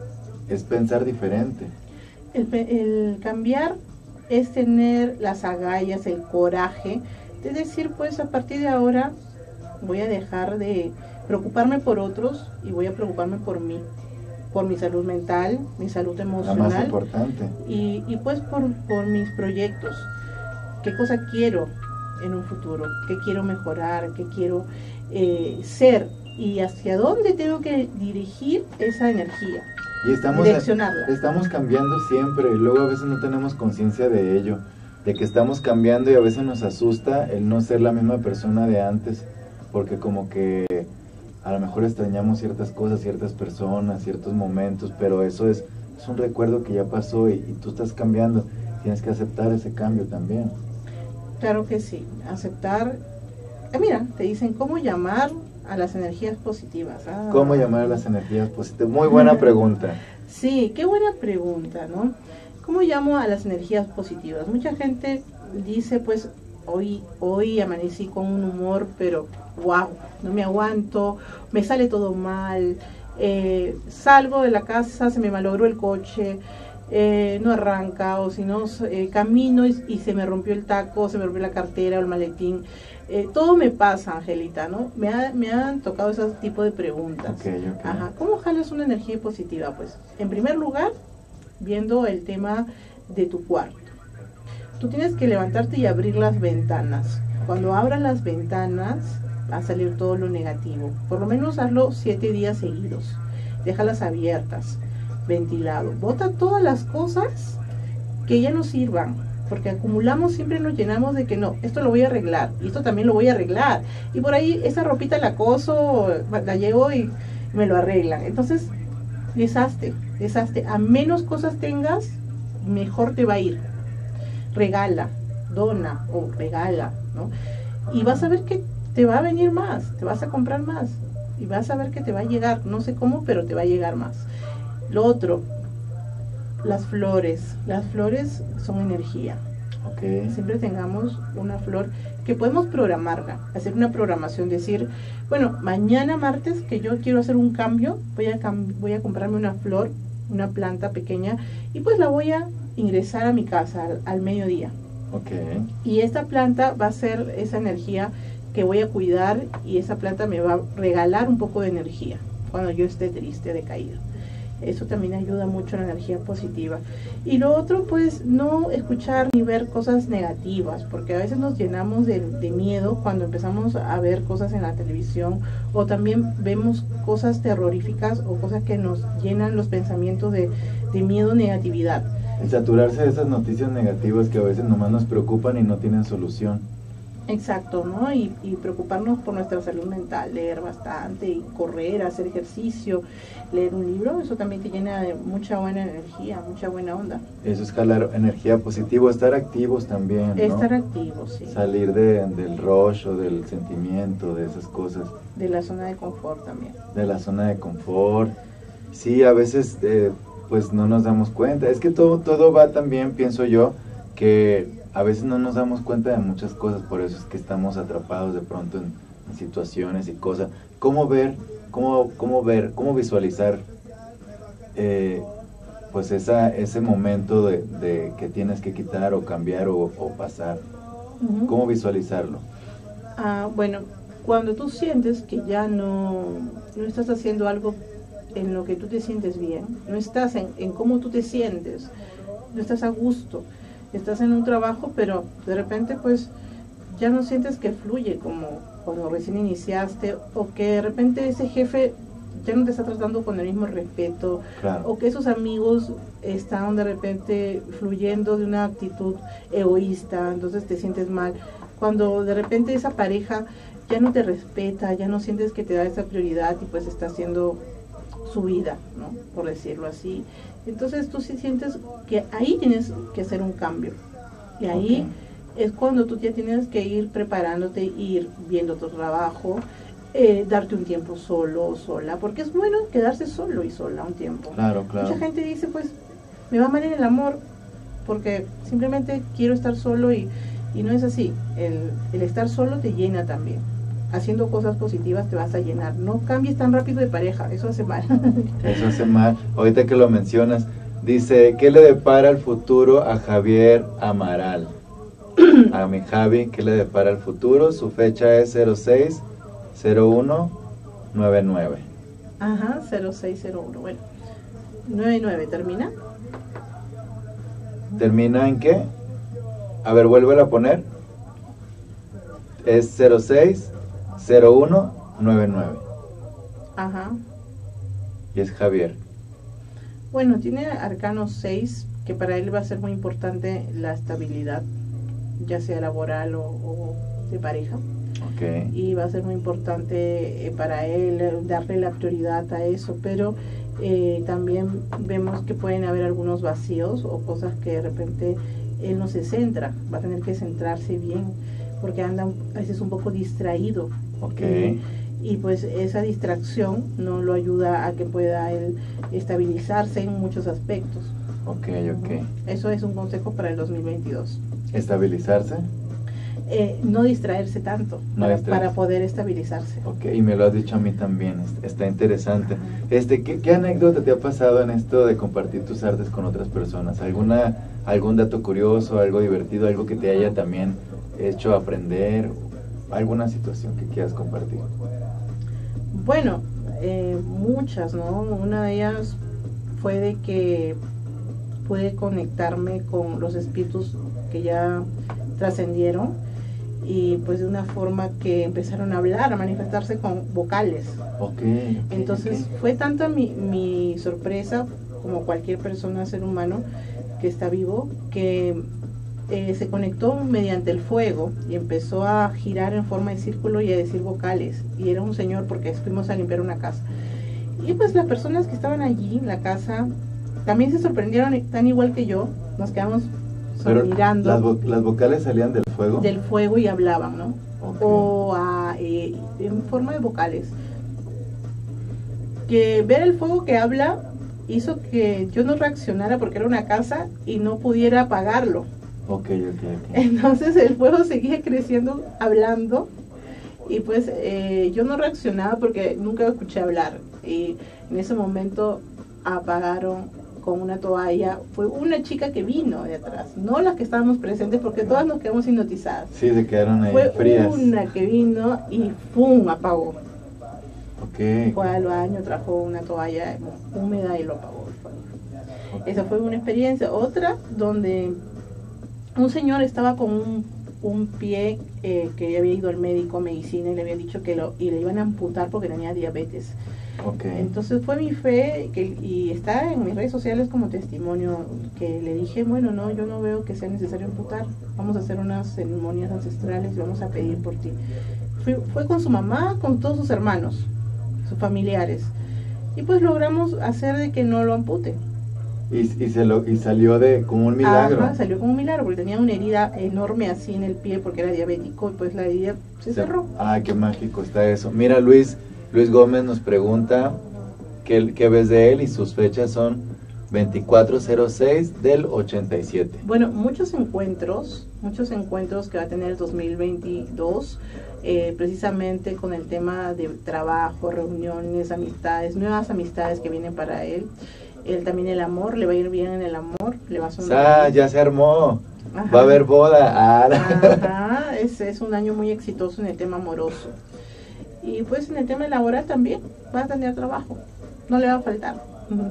es pensar diferente? El, el cambiar es tener las agallas, el coraje, de decir, pues a partir de ahora voy a dejar de preocuparme por otros y voy a preocuparme por mí, por mi salud mental, mi salud emocional. La más importante. Y, y pues por, por mis proyectos. ¿Qué cosa quiero en un futuro? ¿Qué quiero mejorar? ¿Qué quiero eh, ser? ¿Y hacia dónde tengo que dirigir esa energía? Y estamos, direccionarla. Estamos cambiando siempre y luego a veces no tenemos conciencia de ello, de que estamos cambiando, y a veces nos asusta el no ser la misma persona de antes, porque como que a lo mejor extrañamos ciertas cosas, ciertas personas, ciertos momentos, pero eso es, es un recuerdo que ya pasó y, y tú estás cambiando, tienes que aceptar ese cambio también. Claro que sí, aceptar, eh, mira, te dicen cómo llamar a las energías positivas. Ah. ¿Cómo llamar a las energías positivas? Muy buena pregunta. Sí, qué buena pregunta, ¿no? ¿Cómo llamo a las energías positivas? Mucha gente dice, pues, hoy, hoy amanecí con un humor, pero wow, no me aguanto, me sale todo mal, eh, salgo de la casa, se me malogró el coche, eh, no arranca, o si no, eh, camino y, y se me rompió el taco, se me rompió la cartera o el maletín. Eh, todo me pasa, Angelita, ¿no? Me, ha, me han tocado ese tipo de preguntas. Okay, okay. Ajá. ¿Cómo jalas una energía positiva? Pues, en primer lugar, viendo el tema de tu cuarto. Tú tienes que levantarte y abrir las ventanas. Cuando abras las ventanas, va a salir todo lo negativo. Por lo menos hazlo siete días seguidos. Déjalas abiertas, ventilado. Bota todas las cosas que ya no sirvan, porque acumulamos, siempre nos llenamos de que no, esto lo voy a arreglar, y esto también lo voy a arreglar. Y por ahí esa ropita la coso, la llevo y me lo arreglan. Entonces, deshazte, deshazte. A menos cosas tengas, mejor te va a ir. Regala, dona o regala, ¿no? Y vas a ver que te va a venir más, te vas a comprar más y vas a ver que te va a llegar, no sé cómo, pero te va a llegar más. Lo otro, las flores, las flores son energía. Okay. Siempre tengamos una flor que podemos programarla, hacer una programación, decir, bueno, mañana martes que yo quiero hacer un cambio, voy a, cam voy a comprarme una flor, una planta pequeña, y pues la voy a ingresar a mi casa al, al mediodía, Okay. Y esta planta va a ser esa energía que voy a cuidar, y esa planta me va a regalar un poco de energía cuando yo esté triste, decaído. Eso también ayuda mucho a la energía positiva. Y lo otro, pues, no escuchar ni ver cosas negativas, porque a veces nos llenamos de, de miedo cuando empezamos a ver cosas en la televisión, o también vemos cosas terroríficas o cosas que nos llenan los pensamientos de, de miedo, negatividad. El saturarse de esas noticias negativas que a veces nomás nos preocupan y no tienen solución. Exacto, ¿no? Y, y preocuparnos por nuestra salud mental, leer bastante, y correr, hacer ejercicio, leer un libro, eso también te llena de mucha buena energía, mucha buena onda. Eso es jalar energía positiva, estar activos también, ¿no? Estar activos, sí. Salir de, del rush o del sentimiento, de esas cosas. De la zona de confort también. De la zona de confort. Sí, a veces eh, pues no nos damos cuenta. Es que todo, todo va también, pienso yo, que a veces no nos damos cuenta de muchas cosas, por eso es que estamos atrapados de pronto en, en situaciones y cosas. ¿Cómo ver, cómo, cómo ver, cómo visualizar eh, pues esa, ese momento de, de que tienes que quitar o cambiar o, o pasar? Uh-huh. ¿Cómo visualizarlo? Ah, bueno, cuando tú sientes que ya no, no estás haciendo algo en lo que tú te sientes bien, no estás en, en cómo tú te sientes, no estás a gusto, estás en un trabajo, pero de repente pues ya no sientes que fluye como cuando recién iniciaste, o que de repente ese jefe ya no te está tratando con el mismo respeto, claro. O que esos amigos están de repente fluyendo de una actitud egoísta, entonces te sientes mal. Cuando de repente esa pareja ya no te respeta, ya no sientes que te da esa prioridad y pues está haciendo su vida, ¿no? Por decirlo así. Entonces tú sí sientes que ahí tienes que hacer un cambio. Y ahí okay. es cuando tú ya tienes que ir preparándote, ir viendo tu trabajo, eh, darte un tiempo solo o sola, porque es bueno quedarse solo y sola un tiempo. Claro, claro. Mucha gente dice, pues, me va mal en el amor, porque simplemente quiero estar solo, y, y no es así. El, el estar solo te llena también. Haciendo cosas positivas te vas a llenar. No cambies tan rápido de pareja, eso hace mal. Eso hace mal. Ahorita que lo mencionas, dice, ¿qué le depara el futuro a Javier Amaral? A mi Javi, ¿qué le depara el futuro? Su fecha es cero seis cero uno nueve nueve. Ajá, cero seis cero uno. Bueno, nueve nueve, ¿termina? ¿Termina en qué? A ver, vuélvela a poner. Es cero seis cero uno nueve nueve. Ajá. Y es Javier. Bueno, tiene arcano seis, que para él va a ser muy importante la estabilidad, ya sea laboral o, o de pareja. Okay. Y va a ser muy importante eh, para él darle la prioridad a eso, pero eh, también vemos que pueden haber algunos vacíos o cosas que de repente él no se centra, va a tener que centrarse bien, porque anda a veces un poco distraído. Okay. Y, y pues esa distracción no lo ayuda a que pueda él estabilizarse en muchos aspectos. Ok, ok. Eso es un consejo para el dos mil veintidós. ¿Estabilizarse? Eh, no distraerse tanto, no para, distraerse. para poder estabilizarse. Ok, y me lo has dicho a mí también, está interesante. Este, ¿qué, ¿Qué anécdota te ha pasado en esto de compartir tus artes con otras personas? ¿Alguna, algún dato curioso, algo divertido, algo que te haya también hecho aprender? ¿Alguna situación que quieras compartir? Bueno, eh, muchas, ¿no? Una de ellas fue de que pude conectarme con los espíritus que ya trascendieron, y pues de una forma que empezaron a hablar, a manifestarse con vocales. Okay, okay, Entonces okay. fue tanta mi, mi sorpresa, como cualquier persona, ser humano que está vivo, que eh, se conectó mediante el fuego y empezó a girar en forma de círculo y a decir vocales, y era un señor, porque fuimos a limpiar una casa, y pues las personas que estaban allí en la casa también se sorprendieron, tan igual que yo, nos quedamos Pero mirando. Las, vo las vocales salían del fuego. Del fuego y hablaban, ¿no? Okay. O a, eh, en forma de vocales. Que ver el fuego que habla hizo que yo no reaccionara, porque era una casa y no pudiera apagarlo. Ok, ok, ok. Entonces el fuego seguía creciendo, hablando, y pues eh, yo no reaccionaba porque nunca escuché hablar. Y en ese momento apagaron con una toalla. Fue una chica que vino de atrás, no las que estábamos presentes, porque todas nos quedamos hipnotizadas. Sí, se quedaron ahí Fue frías. una que vino y ¡pum! Apagó. Okay. Fue al baño, trajo una toalla húmeda y lo apagó. Okay. Esa fue una experiencia. Otra donde un señor estaba con un, un pie eh, que había ido al médico a medicina y le había dicho que lo y le iban a amputar porque tenía diabetes. Okay. Entonces fue mi fe que, y está en mis redes sociales como testimonio que le dije, bueno, no, yo no veo que sea necesario amputar, vamos a hacer unas ceremonias ancestrales y vamos a pedir por ti. Fue, fue con su mamá, con todos sus hermanos, sus familiares, y pues logramos hacer de que no lo ampute. Y, y, se lo, y salió de como un milagro. Ajá, salió como un milagro porque tenía una herida enorme así en el pie porque era diabético y pues la herida se, se cerró. Ay, qué mágico está eso. Mira, Luis, Luis Gómez nos pregunta qué, qué ves de él y sus fechas son veinticuatro cero seis del ochenta y siete. Bueno, muchos encuentros, muchos encuentros que va a tener el dos mil veintidós, eh, precisamente con el tema de trabajo, reuniones, amistades, nuevas amistades que vienen para él. Él también el amor, le va a ir bien en el amor, le va a sonar. Ah, ya se armó. Ajá. Va a haber boda. Ah. Ajá, es, es un año muy exitoso en el tema amoroso. Y pues en el tema laboral también va a tener trabajo, no le va a faltar.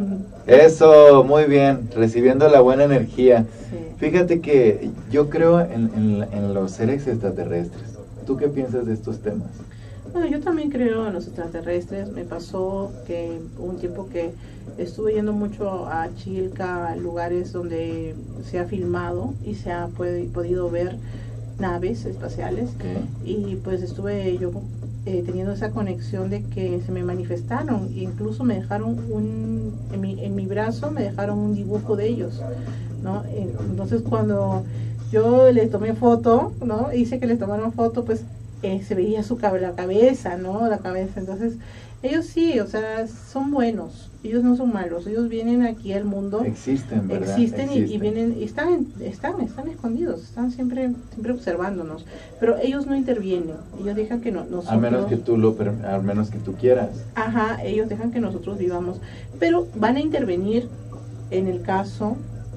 Eso, muy bien, recibiendo la buena energía. Sí. Fíjate que yo creo en, en, en los seres extraterrestres. ¿Tú qué piensas de estos temas? Bueno, yo también creo en los extraterrestres. Me pasó que hubo un tiempo que estuve yendo mucho a Chilca, a lugares donde se ha filmado y se ha puede, podido ver naves espaciales. Okay. Y pues estuve yo eh, teniendo esa conexión de que se me manifestaron. Incluso me dejaron un, en mi, en mi brazo me dejaron un dibujo de ellos, ¿no? Entonces cuando yo les tomé foto, ¿no? Hice que les tomaron foto, pues Eh, se veía su la cabeza, ¿no? La cabeza. Entonces, ellos sí, o sea, son buenos. Ellos no son malos. Ellos vienen aquí al mundo. Existen, ¿verdad? Existen, Existen. Y, y vienen, y están, están, están escondidos, están siempre, siempre observándonos. Pero ellos no intervienen. Ellos dejan que no, nosotros. A menos que tú lo, a menos que tú quieras. Ajá, ellos dejan que nosotros vivamos. Pero van a intervenir en el caso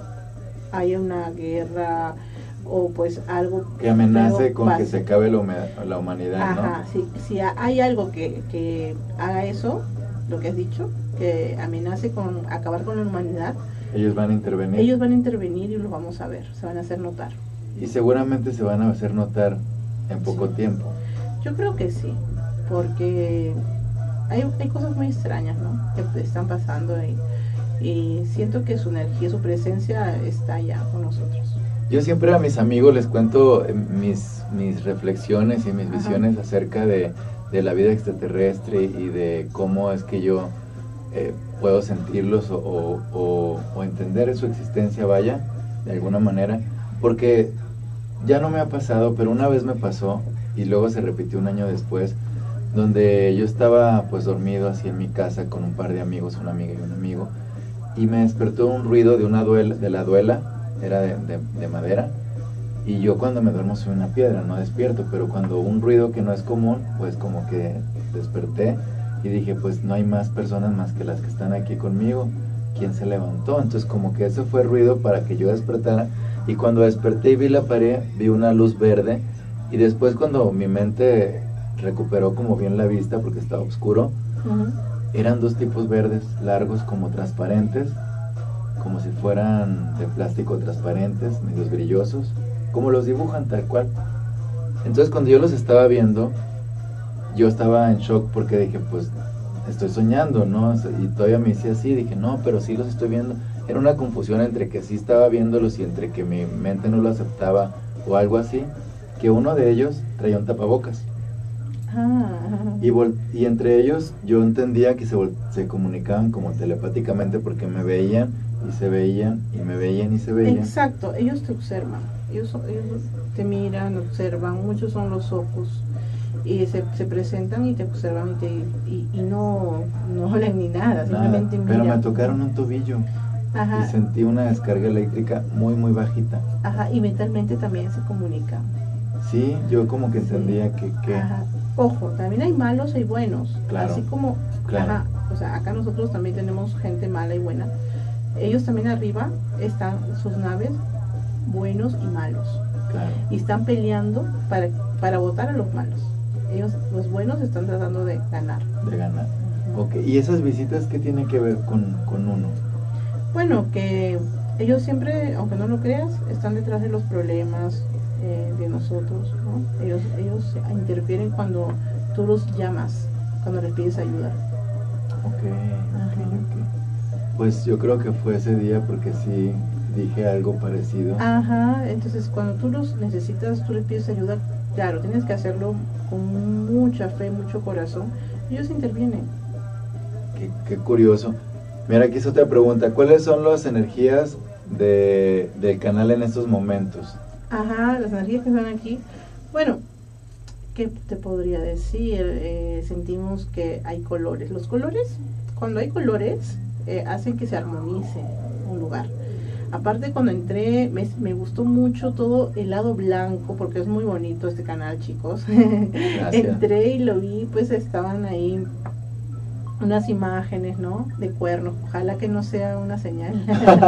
haya una guerra o pues algo que amenace con pase. Que se acabe la, la humanidad. Ajá, ¿no? si, si hay algo que, que haga eso, lo que has dicho, que amenace con acabar con la humanidad, ellos van a intervenir. Ellos van a intervenir y los vamos a ver, se van a hacer notar. Y seguramente se van a hacer notar en poco sí. tiempo. Yo creo que sí, porque hay, hay cosas muy extrañas, ¿no? Que están pasando y, y siento que su energía, su presencia está ya con nosotros. Yo siempre a mis amigos les cuento mis, mis reflexiones y mis Ajá. visiones acerca de, de la vida extraterrestre y de cómo es que yo eh, puedo sentirlos o, o, o, o entender su existencia, vaya, de alguna manera, porque ya no me ha pasado, pero una vez me pasó y luego se repitió un año después, donde yo estaba pues dormido así en mi casa con un par de amigos, una amiga y un amigo, y me despertó un ruido de una duela, de la duela, era de, de, de madera, y yo cuando me duermo soy una piedra, no despierto, pero cuando un ruido que no es común, pues como que desperté y dije, pues no hay más personas más que las que están aquí conmigo, ¿quién se levantó? Entonces como que ese fue el ruido para que yo despertara, y cuando desperté y vi la pared, vi una luz verde, y después cuando mi mente recuperó como bien la vista porque estaba oscuro, uh-huh. eran dos tipos verdes, largos como transparentes, como si fueran de plástico transparentes, medios brillosos, como los dibujan tal cual. Entonces cuando yo los estaba viendo, yo estaba en shock porque dije, pues estoy soñando, ¿no? Y todavía me decía así, dije, no, pero sí los estoy viendo. Era una confusión entre que sí estaba viéndolos y entre que mi mente no lo aceptaba o algo así, que uno de ellos traía un tapabocas. Ah. Y, y entre ellos yo entendía que se, se comunicaban como telepáticamente porque me veían y se veían y me veían y se veían. Exacto, ellos te observan, ellos, ellos te miran, observan, muchos son los ojos y se, se presentan y te observan y, te, y, y no, no hablan ni nada, simplemente nada, miran. Pero me tocaron un tobillo. Ajá. Y sentí una descarga eléctrica muy muy bajita. Ajá, y mentalmente también se comunican. Sí, yo como que entendía sí. que... que... Ajá. Ojo, también hay malos y buenos, claro, así como, claro. Ajá, o sea, acá nosotros también tenemos gente mala y buena, ellos también arriba están sus naves, buenos y malos. Claro. Y están peleando para, para votar a los malos. Ellos, los buenos, están tratando de ganar. De ganar. Ok, ¿y esas visitas qué tienen que ver con, con uno? Bueno, que ellos siempre, aunque no lo creas, están detrás de los problemas eh, de nosotros, ¿no? Ellos, ellos interfieren cuando tú los llamas, cuando les pides ayuda. Ok, ok, ok. Pues yo creo que fue ese día porque sí dije algo parecido. Ajá, entonces cuando tú los necesitas, tú les pides ayuda, claro, tienes que hacerlo con mucha fe, mucho corazón. Ellos intervienen. Qué, qué curioso. Mira, aquí es otra pregunta. ¿Cuáles son las energías de, del canal en estos momentos? Ajá, las energías que están aquí. Bueno, ¿qué te podría decir? Eh, sentimos que hay colores. Los colores, cuando hay colores, eh, hacen que se armonice un lugar. Aparte, cuando entré, me, me gustó mucho todo el lado blanco, porque es muy bonito este canal, chicos. Entré y lo vi, pues estaban ahí unas imágenes, ¿no? De cuernos. Ojalá que no sea una señal.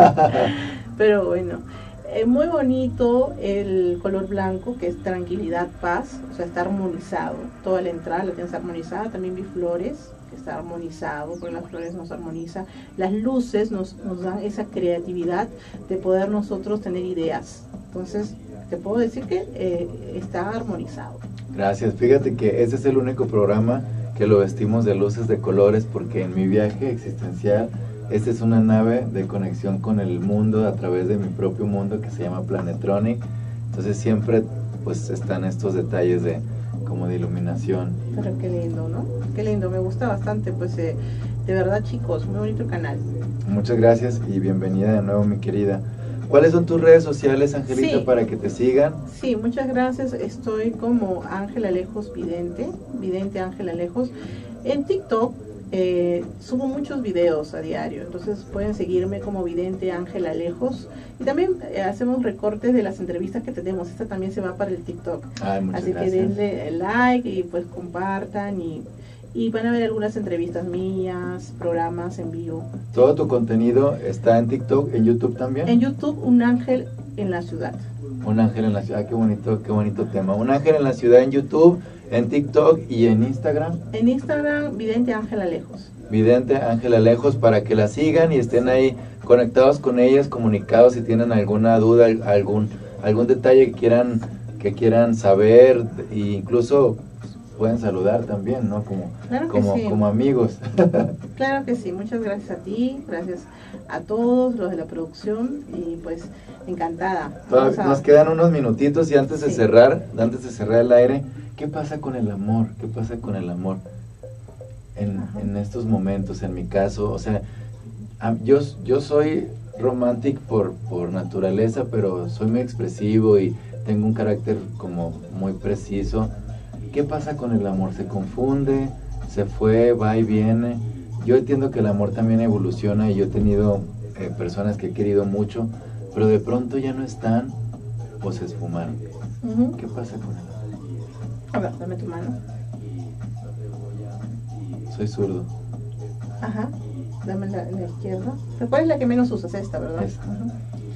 Pero bueno, eh, muy bonito el color blanco, que es tranquilidad, paz. O sea, está armonizado. Toda la entrada la tienes armonizada. También vi flores, que está armonizado, porque las flores nos armonizan. Las luces nos, nos dan esa creatividad de poder nosotros tener ideas. Entonces, te puedo decir que eh, está armonizado. Gracias. Fíjate que ese es el único programa que lo vestimos de luces de colores, porque en mi viaje existencial, esta es una nave de conexión con el mundo a través de mi propio mundo que se llama Planetronic. Entonces siempre pues están estos detalles de como de iluminación. Pero qué lindo, ¿no? Qué lindo, me gusta bastante, pues eh, de verdad, chicos, muy bonito el canal. Muchas gracias y bienvenida de nuevo, mi querida. ¿Cuáles son tus redes sociales, Angelita, sí, para que te sigan? Sí, muchas gracias. Estoy como Ángela Lejos Vidente, Vidente Ángela Lejos. En TikTok eh, subo muchos videos a diario, entonces pueden seguirme como Vidente Ángela Lejos. Y también eh, hacemos recortes de las entrevistas que tenemos. Esta también se va para el TikTok. Ay, muchas Así gracias. que denle like y pues compartan y... Y van a ver algunas entrevistas mías, programas en vivo. ¿Todo tu contenido está en TikTok, en YouTube también? En YouTube, Un Ángel en la Ciudad. Un ángel en la ciudad, qué bonito, qué bonito tema. Un ángel en la ciudad en YouTube, en TikTok y en Instagram. En Instagram, Vidente Ángela Lejos. Vidente Ángela Lejos, para que la sigan y estén ahí conectados con ellas, comunicados si tienen alguna duda, algún algún detalle que quieran que quieran saber, e incluso pueden saludar también, ¿no? Como, claro que como, sí. como amigos. Claro que sí, muchas gracias a ti, gracias a todos los de la producción y pues encantada. Vamos a... Nos quedan unos minutitos y antes de sí. cerrar, antes de cerrar el aire, ¿qué pasa con el amor? ¿Qué pasa con el amor en, en estos momentos, en mi caso? O sea, yo, yo soy romántico por, por naturaleza, pero soy muy expresivo y tengo un carácter como muy preciso. ¿Qué pasa con el amor? ¿Se confunde? ¿Se fue? ¿Va y viene? Yo entiendo que el amor también evoluciona y yo he tenido eh, personas que he querido mucho, pero de pronto ya no están o se esfumaron. Uh-huh. ¿Qué pasa con el amor? A ver, dame tu mano. Soy zurdo. Ajá, dame la, la izquierda. ¿Pero cuál es la que menos usas? Esta, ¿verdad? Esta. Uh-huh.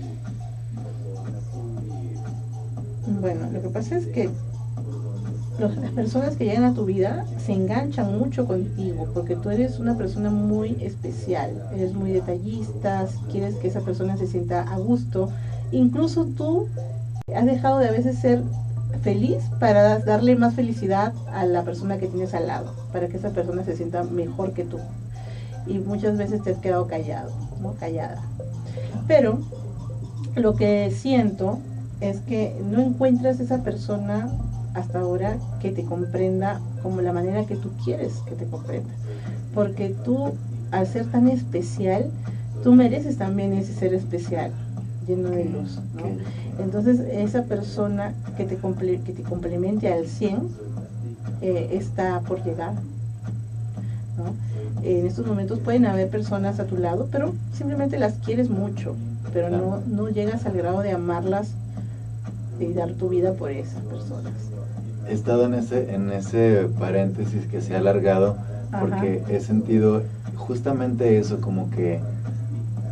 Bueno, lo que pasa es que Los, las personas que llegan a tu vida se enganchan mucho contigo porque tú eres una persona muy especial, eres muy detallista, quieres que esa persona se sienta a gusto, incluso tú has dejado de a veces ser feliz para darle más felicidad a la persona que tienes al lado, para que esa persona se sienta mejor que tú, y muchas veces te has quedado callado, ¿no? Callada. Pero lo que siento es que no encuentras esa persona hasta ahora que te comprenda como la manera que tú quieres que te comprenda, porque tú, al ser tan especial, tú mereces también ese ser especial lleno de luz, ¿no? Entonces esa persona que te, comple que te complemente al cien eh, está por llegar, ¿no? En estos momentos pueden haber personas a tu lado, pero simplemente las quieres mucho, pero no, no llegas al grado de amarlas y dar tu vida por esas personas. He estado en ese, en ese paréntesis que se ha alargado porque Ajá. he sentido justamente eso, como que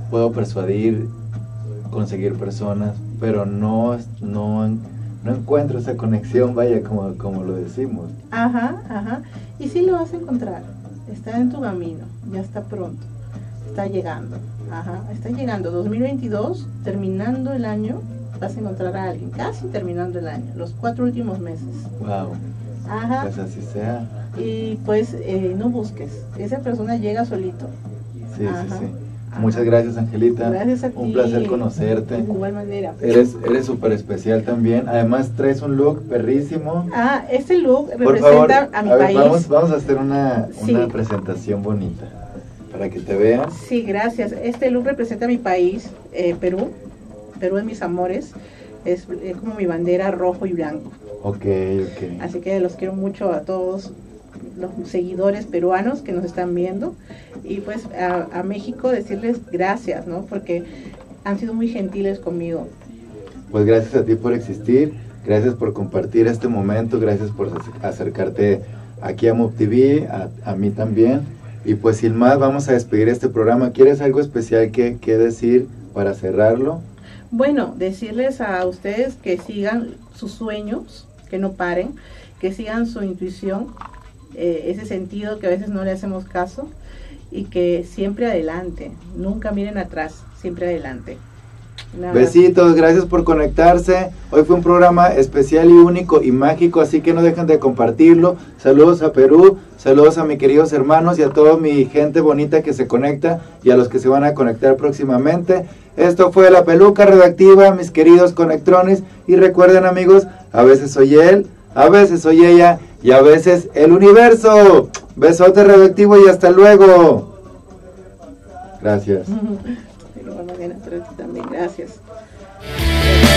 puedo persuadir, conseguir personas, pero no, no, no encuentro esa conexión, vaya, como, como lo decimos. Ajá, ajá. Y sí lo vas a encontrar. Está en tu camino, ya está pronto. Está llegando. Ajá, está llegando. dos mil veintidós, terminando el año, vas a encontrar a alguien, casi terminando el año, los cuatro últimos meses. Wow. Ajá. Pues así sea. Y pues eh, no busques, esa persona llega solito. Sí, Ajá. sí, sí. Ajá. Muchas gracias, Angelita. Gracias a ti. Un placer conocerte. De igual manera. Eres eres súper especial también. Además traes un look perrísimo. Ah, este look Por representa favor, a mi a ver, país. Vamos, vamos a hacer una, Sí. una presentación bonita para que te vean. Sí, gracias. Este look representa a mi país, eh, Perú. Perú es mis amores. Es, es como mi bandera, rojo y blanco. Ok, ok. Así que los quiero mucho a todos los seguidores peruanos que nos están viendo. Y pues a, a México decirles gracias, ¿no? Porque han sido muy gentiles conmigo. Pues gracias a ti por existir, gracias por compartir este momento, gracias por acercarte aquí a Move T V, a, a mí también. Y pues sin más, vamos a despedir este programa. ¿Quieres algo especial que, que decir para cerrarlo? Bueno, decirles a ustedes que sigan sus sueños, que no paren, que sigan su intuición, eh, ese sentido que a veces no le hacemos caso, y que siempre adelante, nunca miren atrás, siempre adelante. Nada. Besitos, gracias por conectarse. Hoy fue un programa especial y único y mágico, así que no dejen de compartirlo. Saludos a Perú, saludos a mis queridos hermanos y a toda mi gente bonita que se conecta y a los que se van a conectar próximamente. Esto fue La Peluca Radioactiva, mis queridos conectrones. Y recuerden, amigos, a veces soy él, a veces soy ella y a veces el universo. Besote radioactivo y hasta luego. Gracias. De igual manera, para ti también, gracias.